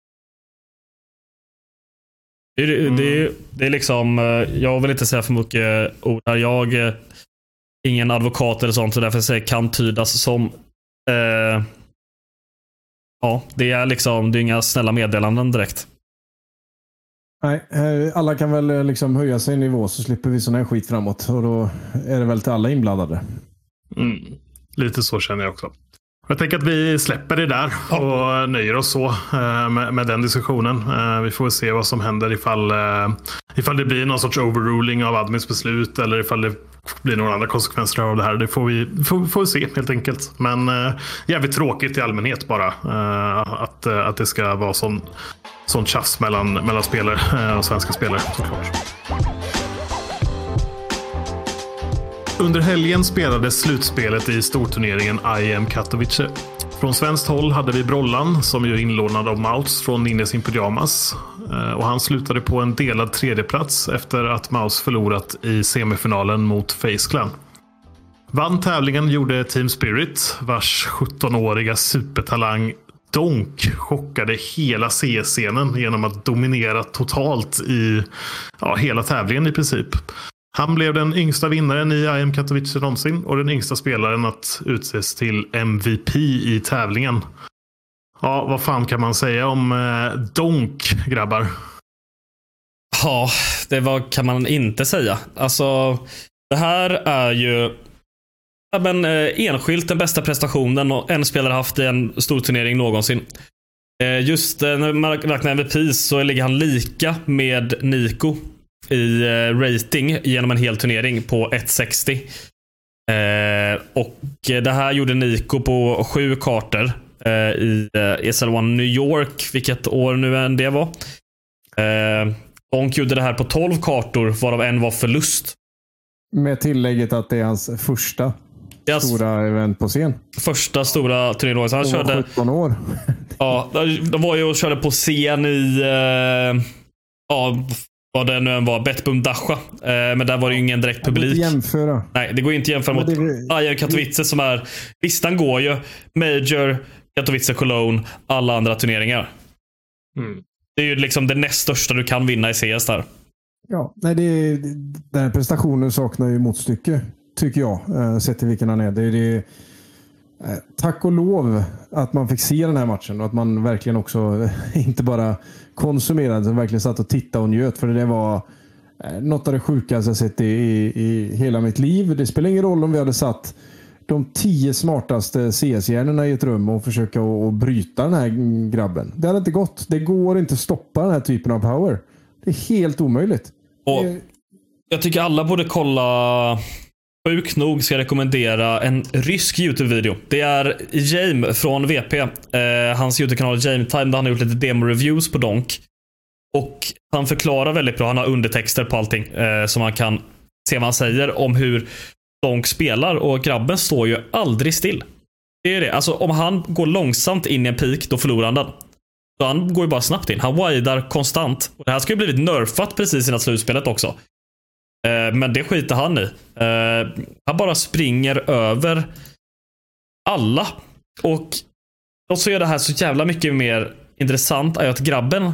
Det är, mm. det, är, det är liksom, jag vill inte säga för mycket ord här. Jag är ingen advokat eller sånt, så därför säger kan tydas som eh, ja, det är liksom, det är inga snälla meddelanden direkt. Nej, alla kan väl liksom höja sig i nivå så slipper vi sån här skit framåt, och då är det väl till alla inblandade. Mm. Lite så känner jag också. Jag tänker att vi släpper det där och nöjer oss så med, med den diskussionen. Vi får se vad som händer ifall, ifall det blir någon sorts overruling av admins beslut eller ifall det blir några andra konsekvenser av det här. Det får vi får, får vi se helt enkelt. Men jävligt tråkigt i allmänhet bara att, att det ska vara sån sån tjafs mellan, mellan spelare och svenska spelare, såklart. Under helgen spelades slutspelet i storturneringen I M Katowice. Från svenskt håll hade vi Brollan, som ju är inlånad av Maus från Ninjas in Pyjamas. Och han slutade på en delad tredjeplats efter att Maus förlorat i semifinalen mot Face Clan. Vann tävlingen gjorde Team Spirit, vars sjuttonåriga supertalang Donk chockade hela C S-scenen genom att dominera totalt i ja, hela tävlingen i princip. Han blev den yngsta vinnaren i I M Katowice någonsin och den yngsta spelaren att utses till M V P i tävlingen. Ja, vad fan kan man säga om eh, Donk, grabbar? Ja, det var, kan man inte säga. Alltså, det här är ju ja, men, eh, enskilt den bästa prestationen en spelare haft i en stor turnering någonsin. Eh, just eh, när man räknar M V P så ligger han lika med Nico i eh, rating genom en hel turnering på ett sextio. Eh, och det här gjorde Nico på sju kartor eh, i eh, E S L one New York, vilket år nu än det var. Eh, Donk gjorde det här på tolv kartor, varav en var förlust. Med tillägget att det är hans första yes. stora event på scen. Första stora turnering. Han körde sjutton år. Ja, de var ju och körde på scen i eh, ja, vad det nu än var, Betbum Dasha. Eh, men där var det ju ingen direkt publik. Det jämföra. Nej, det går inte att jämföra mot I M Katowice som är, listan går ju Major, Katowice, Cologne, alla andra turneringar. Mm. Det är ju liksom det näst största du kan vinna i C S där. Ja, nej, det, den här prestationen saknar ju motstycke, tycker jag. Eh, sett till vilken han är. Det är det, eh, tack och lov att man fick se den här matchen och att man verkligen också inte bara konsumerade, utan verkligen satt och tittade och njöt. För det var eh, något av det sjukaste jag sett i, i, i hela mitt liv. Det spelar ingen roll om vi hade satt de tio smartaste C S-hjärnorna i ett rum och försöka att bryta den här grabben. Det hade inte gått. Det går inte att stoppa den här typen av power. Det är helt omöjligt. Och det... jag tycker alla borde kolla. Sjukt nog ska jag rekommendera en rysk YouTube-video. Det är Jame från V P. Eh, hans YouTube-kanal Jame Time, där han har gjort lite demo-reviews på Donk. Och han förklarar väldigt bra. Han har undertexter på allting. Eh, så man kan se vad han säger om hur Donk spelar. Och grabben står ju aldrig still. Det är det. Alltså om han går långsamt in i en peak, då förlorar han den. Så han går ju bara snabbt in. Han widar konstant. Och det här ska ju blivit nerfat precis innan slutspelet också. Eh, men det skiter han i. Eh, han bara springer över alla. Och, och så är det här så jävla mycket mer intressant är att grabben,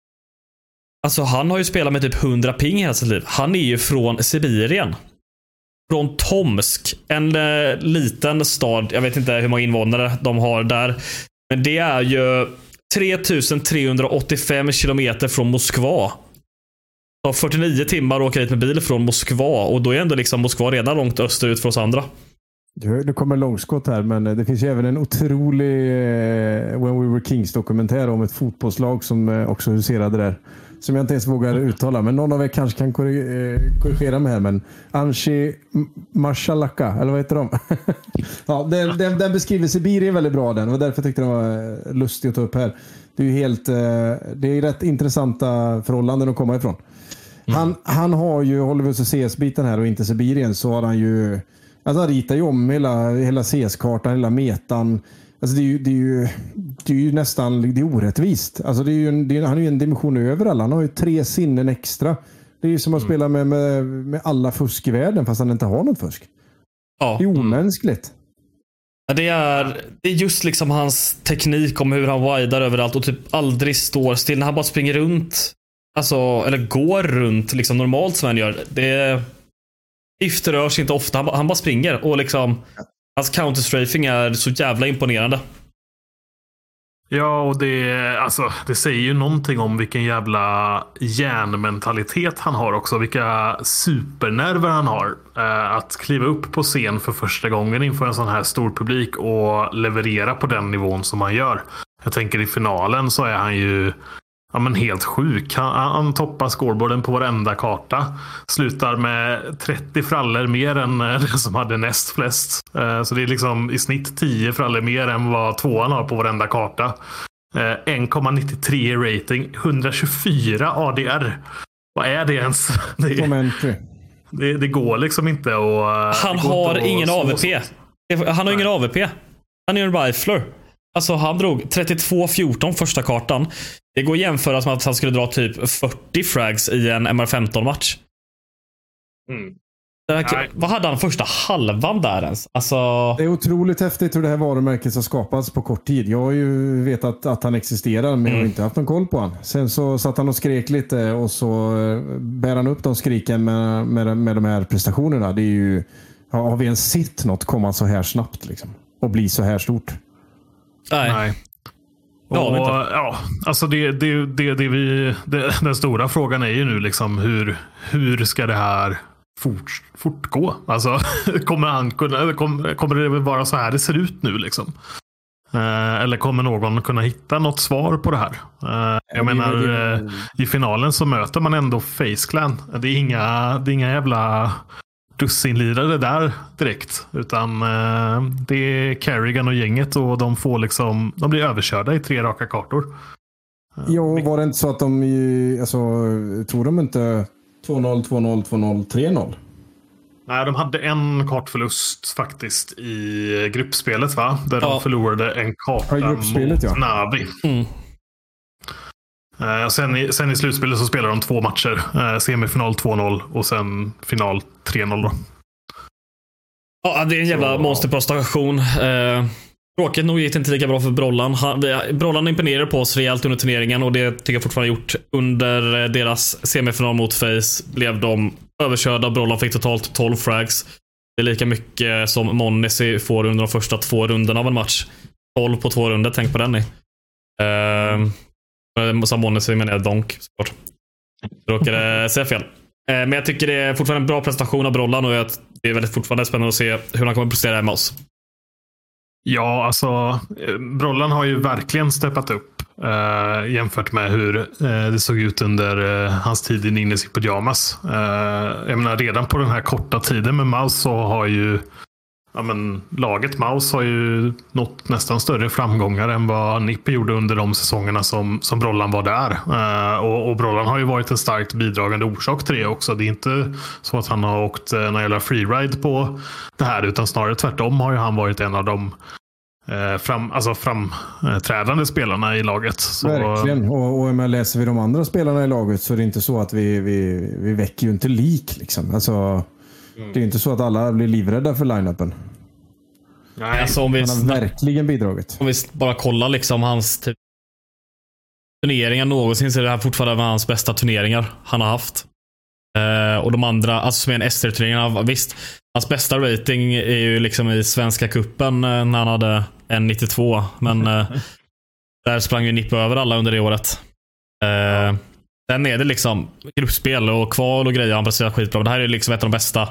alltså han har ju spelat med typ hundra ping hela sitt liv. Han är ju från Sibirien. Från Tomsk. En eh, liten stad. Jag vet inte hur många invånare de har där. Men det är ju tre tusen trehundraåttiofem kilometer från Moskva. Det tar fyrtionio timmar att åka hit med bil från Moskva. Och då är ändå liksom Moskva redan långt österut för oss andra. Det kommer långskott här, men det finns ju även en otrolig eh, When We Were Kings dokumentär om ett fotbollslag som eh, också huserade där. Som jag inte ens vågar uttala, men någon av er kanske kan korrigera mig här. Men Anshi Mashalaka, eller vad heter de? Ja, den, den, den beskriver Sibirien väldigt bra, den. Och därför tyckte jag det var lustigt att ta upp här. Det är ju helt, det är rätt intressanta förhållanden att komma ifrån. Mm. Han, han har ju, håller vi oss C S-biten här och inte Sibirien, så har han ju, alltså han ritar ju om hela, hela C S-kartan, hela metan. Alltså det är ju, det är ju, det är ju nästan, det är orättvist. Alltså det är ju en, det är, han är ju en dimension över alla. Han har ju tre sinnen extra. Det är ju som att mm. spela med, med, med alla fusk i världen fast han inte har något fusk. Ja. Det är omänskligt. Ja, det är, det är just liksom hans teknik om hur han widar överallt och typ aldrig står still. När han bara springer runt, alltså, eller går runt liksom normalt som han gör. Det Ifter rör sig inte ofta. Han, han bara springer och liksom hans counter-strafing är så jävla imponerande. Ja, och det, alltså, det säger ju någonting om vilken jävla hjärnmentalitet han har också. Vilka supernerver han har. Eh, att kliva upp på scen för första gången inför en sån här stor publik och leverera på den nivån som han gör. Jag tänker i finalen så är han ju ja, men helt sjuk. Han, han toppar scoreboarden på varenda karta. Slutar med trettio frallor mer än det som hade näst flest. Så det är liksom i snitt tio frallor mer än vad tvåan har på varenda karta. en komma nittiotre i rating. etthundratjugofyra A D R. Vad är det ens? Det, är, det, det går liksom inte att... Han har att, ingen så, A V P. Han har Nej. ingen A V P. Han är en rifler. Alltså han drog trettiotvå fjorton första kartan. Det går att jämföra som att han skulle dra typ fyrtio frags i en M R femton-match. Mm. Här, vad hade han första halvan där ens? Alltså... Det är otroligt häftigt hur det här varumärket har skapats på kort tid. Jag har ju vetat att han existerar, men mm. jag har inte haft någon koll på han. Sen så satt han och skrek lite och så bär han upp de skriken med, med, med de här prestationerna. Det är ju, har vi ens sett något komma så här snabbt liksom, och bli så här stort? Nej. Nej. Och, ja, ja, alltså det, det, det, det vi, det, den stora frågan är ju nu liksom hur, hur ska det här fort, fortgå? Alltså kommer, han kunna, kommer, kommer det vara så här det ser ut nu liksom? Eh, eller kommer någon kunna hitta något svar på det här? Eh, jag menar, eh, i finalen så möter man ändå Face Clan. Det är inga, det är inga jävla dussinlirare där direkt, utan eh, det är Kerrigan och gänget och de får liksom, de blir överkörda i tre raka kartor. Ja, var det inte så att de alltså, tror de inte två noll, två noll, två noll, tre noll? Nej, de hade en kartförlust faktiskt i gruppspelet, va? Där ja. de förlorade en karta ja, mot ja. Navi. Mm. Uh, sen, i, sen i slutspelet så spelar de två matcher. Uh, semifinal två noll och sen final tre noll då. Ja, det är en jävla så... monsterprestation. Uh, Tråkigt nog gick det inte lika bra för Brollan. Han, Brollan imponerade på oss rejält under turneringen och det tycker jag fortfarande gjort. Under deras semifinal mot Face blev de överkörda. Brollan fick totalt tolv frags. Det är lika mycket som Monesi får under de första två rundorna av en match. tolv på två runder, tänk på den ni. Uh, som Monesi menar jag donk. Såklart. Råkade säga fel. Uh, men jag tycker det är fortfarande en bra presentation av Brollan och det är väldigt fortfarande spännande att se hur han kommer att prestera med oss. Ja, alltså Brollan har ju verkligen steppat upp eh, jämfört med hur eh, det såg ut under eh, hans tid i Ninjas i pyjamas. Eh, jag menar, redan på den här korta tiden med Mouse så har ju ja, men, laget Mouse har ju nått nästan större framgångar än vad Nippe gjorde under de säsongerna som, som Brollan var där. Eh, och, och Brollan har ju varit en starkt bidragande orsak till det också. Det är inte så att han har åkt eh, någon jävla freeride på det här, utan snarare tvärtom har ju han varit en av de eh, fram, alltså framträdande spelarna i laget. Så, verkligen, och, och om jag läser vi de andra spelarna i laget så är det inte så att vi, vi, vi väcker ju inte lik liksom. Alltså Mm. det är inte så att alla blir livrädda för line-upen. Nej, alltså om vi han har verkligen bidragit. Om vi bara kollar liksom hans typ turneringar någonsin så är det här fortfarande hans bästa turneringar han har haft. Eh, och de andra, alltså som är en S R-turneringarna, visst, hans bästa rating är ju liksom i Svenska kuppen eh, när han hade en nittiotvå, men eh, där sprang ju Nippe över alla under det året. Eh, Sen är det liksom gruppspel och kval och grejer. Han presterar skitbra. Det här är liksom ett av de bästa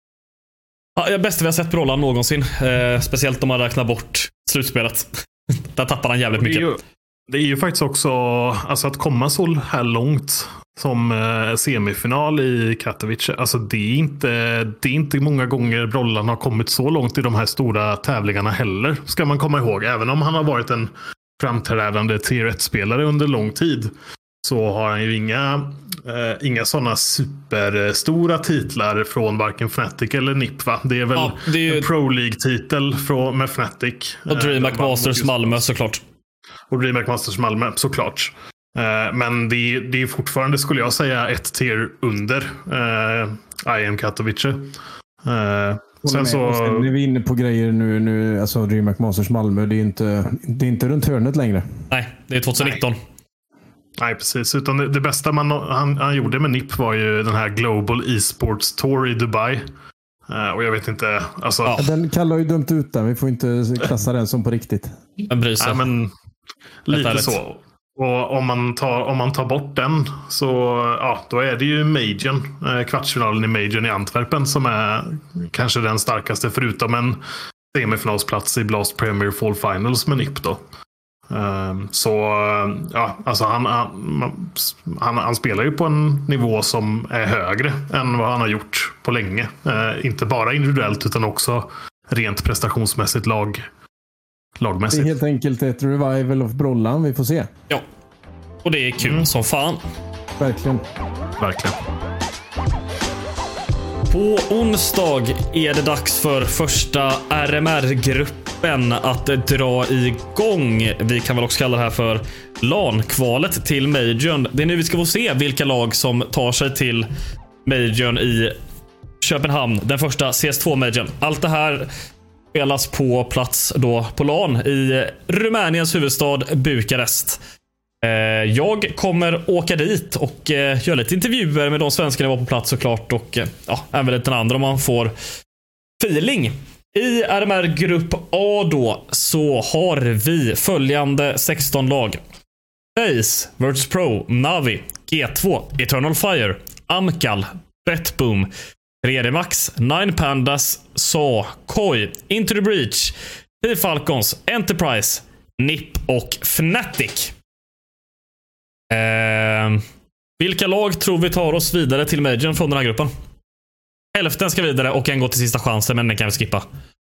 ja, bästa vi har sett Brollan någonsin. Eh, speciellt om man räknar bort slutspelet. Där tappar han jävligt mycket. Det är ju, det är ju faktiskt också alltså att komma så här långt som eh, semifinal i Katowice. Alltså det är inte det är inte många gånger Brollan har kommit så långt i de här stora tävlingarna heller. Ska man komma ihåg. Även om han har varit en framträdande tier ett-spelare under lång tid, så har han ju inga, eh, inga sådana superstora titlar från varken Fnatic eller N I P, va? Det är väl ja, det är ju en Pro League-titel från, med Fnatic. Och DreamHack eh, Masters Malmö såklart. Och DreamHack Masters Malmö såklart. Eh, men det, det är fortfarande, skulle jag säga, ett tier under eh, I M Katowice. Eh, sen så... Sen är vi inne på grejer nu, nu alltså DreamHack Masters Malmö, det är inte, det är inte runt hörnet längre. Nej, det är tjugonitton. Nej. Nej, precis. Utan det, det bästa man, han, han gjorde med N I P var ju den här Global Esports Tour i Dubai. Uh, och jag vet inte... Alltså... Ja, den kallar ju dumt ut den. Vi får inte klassa den som på riktigt. Den bryr sig. Ja, men lite så. Och om man, tar, om man tar bort den så ja, då är det ju Majorn, eh, kvartsfinalen i Majorn i Antwerpen som är kanske den starkaste, förutom en semifinalsplats i Blast Premier Fall Finals med N I P då. Um, så ja, alltså han, han, han, han spelar ju på en nivå som är högre än vad han har gjort på länge. Uh, inte bara individuellt utan också rent prestationsmässigt lag, lagmässigt. Det är helt enkelt ett revival of Brollan, vi får se. Ja, och det är kul mm. som fan. Verkligen. Verkligen. På onsdag är det dags för första R M R-gruppen att dra igång. Vi kan väl också kalla det här för LAN-kvalet till Majorn. Det är nu vi ska få se vilka lag som tar sig till Majorn i Köpenhamn, den första C S två Majorn. Allt det här spelas på plats då på LAN i Rumäniens huvudstad Bukarest. Jag kommer åka dit och göra lite intervjuer med de svenskarna var på plats såklart, och ja, även lite andra om man får feeling. I R M R-grupp A då så har vi följande sexton lag: Face, Virtus Pro, Navi, G två, Eternal Fire, Amkal, Betboom, tre D Max, Nine Pandas, S A, Koi, Into the Breach, T-Falcons, Enterprise, N I P och Fnatic. Eh, vilka lag tror vi tar oss vidare till Majorn från den här gruppen? Hälften ska vidare och en går till sista chansen, men den kan vi skippa.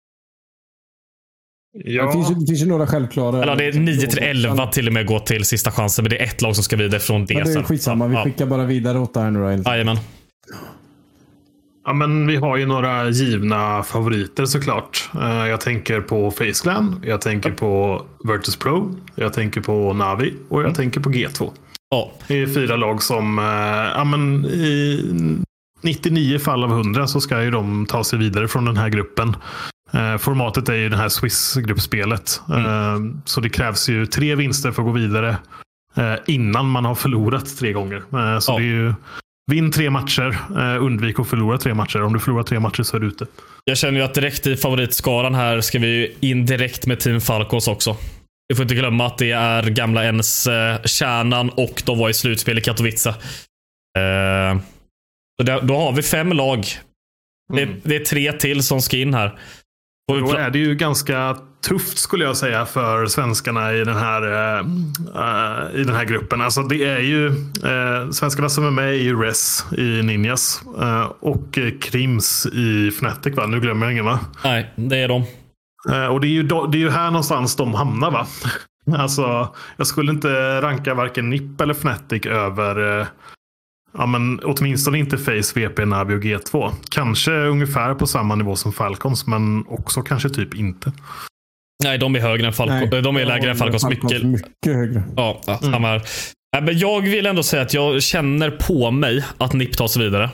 Ja. Det, finns ju, det finns ju några självklara. Eller det är nio till elva till och med går till sista chansen, men det är ett lag som ska vidare från det. Ja, det är skitsamma, vi skickar ja. bara vidare åt det här nu då. Jajamän. Ja, men vi har ju några givna favoriter såklart. Jag tänker på Face Clan, jag tänker på Virtus Pro, jag tänker på Navi och jag mm. tänker på G två. Ja. Det är fyra lag som ja, men i nittionio fall av hundra så ska ju de ta sig vidare från den här gruppen. Eh, formatet är ju det här Swiss-gruppspelet. Mm. Eh, så det krävs ju tre vinster för att gå vidare eh, innan man har förlorat tre gånger. Eh, så ja. det är ju vinn tre matcher, eh, undvik att förlora tre matcher. Om du förlorar tre matcher så är du ute. Jag känner ju att direkt i favoritskaran här ska vi ju in direkt med Team Falcons också. Vi får inte glömma att det är gamla ens eh, kärnan och de var i slutspel i Katowice. Eh, så där, då har vi fem lag. Det, Mm. det är tre till som ska in här. Och då är det ju ganska tufft skulle jag säga för svenskarna i den här uh, uh, i den här gruppen. Alltså det är ju uh, svenskarna som är med i R E S i Ninjas uh, och uh, Krims i Fnatic, va? Nu glömmer jag ingen, va? Nej, det är de. Uh, och det är, ju do- det är ju här någonstans de hamnar, va? Alltså jag skulle inte ranka varken N I P eller Fnatic över uh, ja, men åtminstone inte Face, V P, Navi och G två. Kanske ungefär på samma nivå som Falcons, men också kanske typ inte. Nej, de är högre än Falcons. Nej, De är lägre än Falcons. Falcons Mycket, mycket högre. ja, ja, samma här. Nej, men jag vill ändå säga att jag känner på mig att N I P tar sig vidare.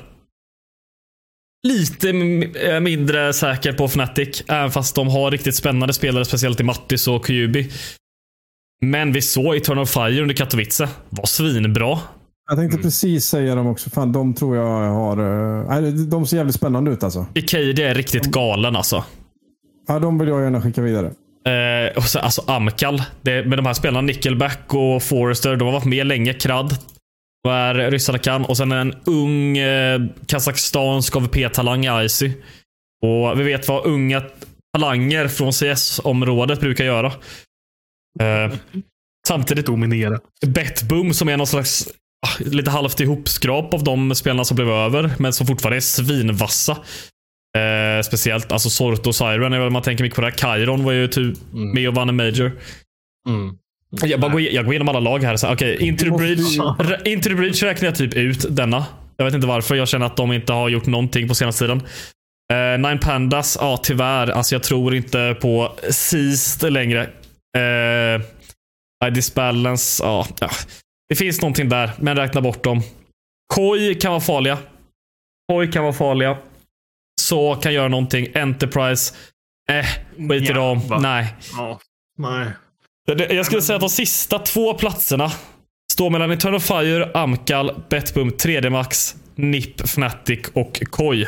Lite m- mindre säker på Fnatic, även fast de har riktigt spännande spelare, speciellt i Mattis och Kyubi. Men vi såg Eternal of Fire under Katowice. Var svinbra. Jag tänkte precis säga dem också. Fan, de tror jag har... Uh, de ser jävligt spännande ut alltså. Ikade är riktigt galen alltså. Ja, de vill jag gärna skicka vidare. Eh, och så, alltså Amkal. Det, med de här spelarna Nickelback och Forrester. De har varit med länge. Krad. Vad ryssarna kan. Och sen en ung eh, Kazakstansk A V P-talang i Icy. Och vi vet vad unga talanger från C S-området brukar göra. Eh, samtidigt dominera. Betboom som är någon slags lite halvt ihopskrap av de spelarna som blev över, men som fortfarande är svinvassa. Eh, speciellt, alltså Sorto och Siren är väl man tänker mycket på det här. Kairon var ju typ mm. med och vann en major. Mm. Jag, bara går, jag går igenom alla lag här. Okej, okay, Into the Bridge r- Into the Bridge räknar jag typ ut denna. Jag vet inte varför, jag känner att de inte har gjort någonting på senaste tiden. eh, Nine Pandas, ja tyvärr. Alltså jag tror inte på Seast längre. eh, I Disbalance, ja, ja det finns någonting där, men räkna bort dem. Koi kan vara farliga. Koi kan vara farliga. Så kan göra någonting. Enterprise. Eh, skit i dem. Nej. Ja, nej. Jag skulle säga att de sista två platserna står mellan Eternal Fire, Amkal, Betboom, tre D Max, N I P, Fnatic och Koi.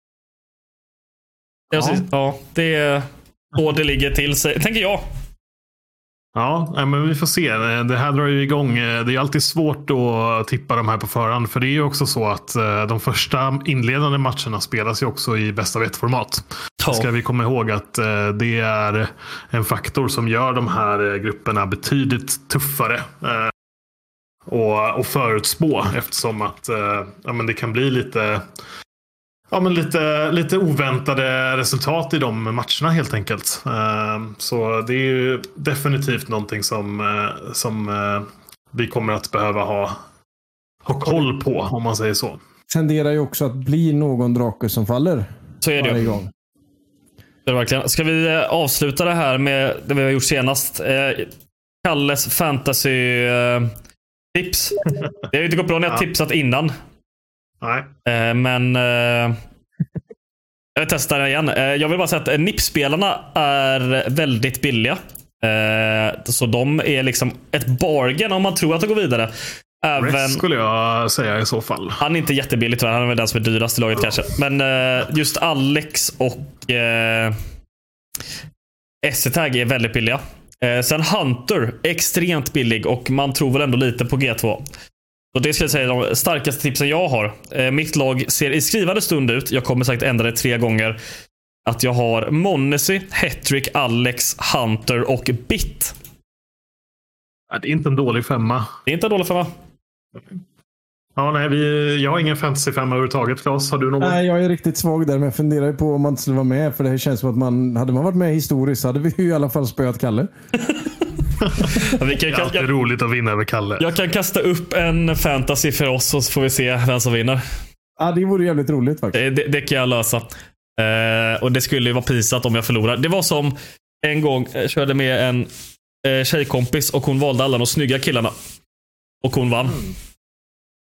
Ja, ja, ja det är så det ligger till sig, tänker jag. Ja, men vi får se. Det här drar ju igång. Det är alltid svårt att tippa de här på förhand. För det är ju också så att de första inledande matcherna spelas ju också i bästa av ett-format. Ja. Ska vi komma ihåg att det är en faktor som gör de här grupperna betydligt tuffare och, och förutspå. Eftersom att ja, men det kan bli lite... Ja, men lite, lite oväntade resultat i de matcherna helt enkelt. Så det är ju definitivt någonting som, som vi kommer att behöva ha, ha koll på, om man säger så. Tenderar ju också att bli någon drake som faller. Så är det ju. Gång. Det är verkligen. Ska vi avsluta det här med det vi har gjort senast? Kalles fantasy tips. Det har ju inte gått bra när jag ja. tipsat innan. Nej. Eh, men eh, jag testar den igen. Eh, jag vill bara säga att N I P-spelarna är väldigt billiga. Eh, så de är liksom ett bargain om man tror att de går vidare. Även, Rest skulle jag säga i så fall. Han är inte jättebillig tror jag. Han är väl den som är dyrast i laget ja. kanske. Men eh, just Alex och eh, S-tag är väldigt billiga. Eh, sen Hunter, extremt billig. Och man tror väl ändå lite på G två. Så det ska jag säga de starkaste tipsen jag har. Eh, mitt lag ser i skrivande stund ut. Jag kommer säkert ändra det tre gånger. Att jag har Monesi, Hetrick, Alex, Hunter och Bit. Ja, det är inte en dålig femma. Det är inte en dålig femma. Ja, nej, vi, jag har ingen fantasy-femma överhuvudtaget. Claes, har du någon? Nej, jag är riktigt svag där, men jag funderar på om man skulle vara med. För det här känns som att man, hade man varit med historiskt så hade vi ju i alla fall spöat Kalle. Ja, vi kan, det är alltid jag, roligt att vinna över Kalle. Jag kan kasta upp en fantasy för oss och så får vi se vem som vinner. Ja, det vore jävligt roligt faktiskt. Det, det kan jag lösa. Eh, och det skulle ju vara pinsamt om jag förlorar. Det var som en gång jag körde med en eh, tjejkompis och hon valde alla de snygga killarna. Och hon vann. Mm.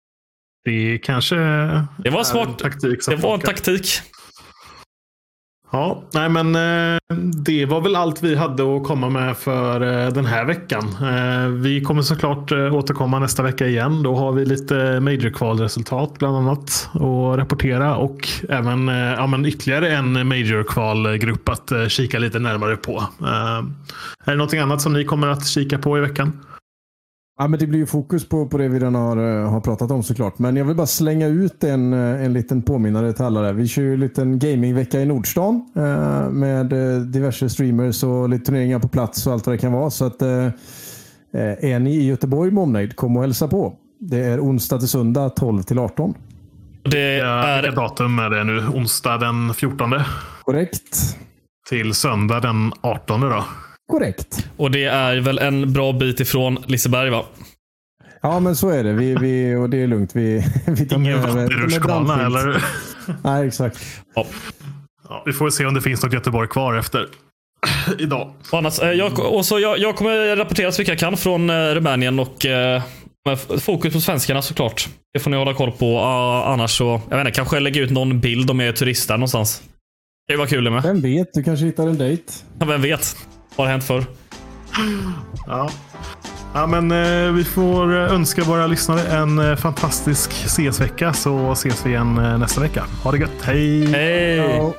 Det kanske det var smart. En taktik. Det var en taktik. Ja, nej men eh, det var väl allt vi hade att komma med för eh, den här veckan. Eh, vi kommer såklart eh, återkomma nästa vecka igen. Då har vi lite major-kvalresultat bland annat att rapportera och även eh, ja, men ytterligare en major-kvalgrupp att eh, kika lite närmare på. Eh, är det någonting annat som ni kommer att kika på i veckan? Ja, men det blir ju fokus på, på det vi redan har, har pratat om såklart. Men jag vill bara slänga ut en, en liten påminnare till alla där. Vi kör ju en liten gamingvecka i Nordstan eh, med diverse streamers och lite turneringar på plats och allt vad det kan vara. Så att eh, är ni i Göteborg med omnejd, kom och hälsa på. Det är onsdag till söndag tolv till arton. Det är... Vilka datum är det nu? Onsdag den fjortonde? Korrekt. Till söndag den artonde då? Korrekt. Och det är väl en bra bit ifrån Liseberg, va? Ja, men så är det. Vi, vi, och det är lugnt. Vi, vi tar Ingen vattenrutschkana, eller? Nej, exakt. Ja. Ja, vi får se om det finns något Göteborg kvar efter idag. Och annars, jag, och så jag, jag kommer rapportera så mycket jag kan från eh, Rumänien och eh, med fokus på svenskarna såklart. Det får ni hålla koll på. Uh, annars så, jag vet inte, kanske lägga ut någon bild om jag är turister någonstans. Det var kul det med. Vem vet, du kanske hittar en dejt. Ja, vem vet. Vad har hänt förr? Ja. Ja, men eh, vi får önska våra lyssnare en eh, fantastisk C S-vecka, så ses vi igen eh, nästa vecka. Ha det gött. Hej! Hej! Ja.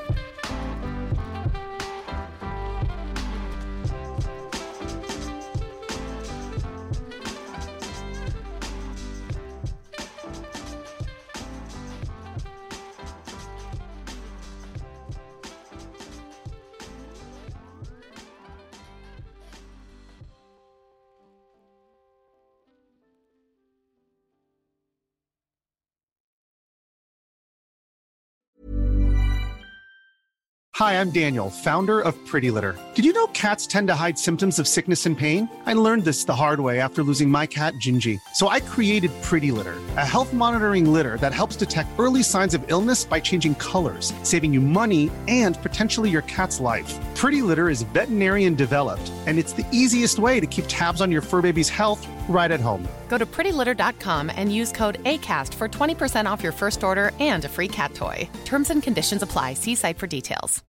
Hi, I'm Daniel, founder of Pretty Litter. Did you know cats tend to hide symptoms of sickness and pain? I learned this the hard way after losing my cat, Gingy. So I created Pretty Litter, a health monitoring litter that helps detect early signs of illness by changing colors, saving you money and potentially your cat's life. Pretty Litter is veterinarian developed, and it's the easiest way to keep tabs on your fur baby's health right at home. Go to pretty litter dot com and use code ACAST for twenty percent off your first order and a free cat toy. Terms and conditions apply. See site for details.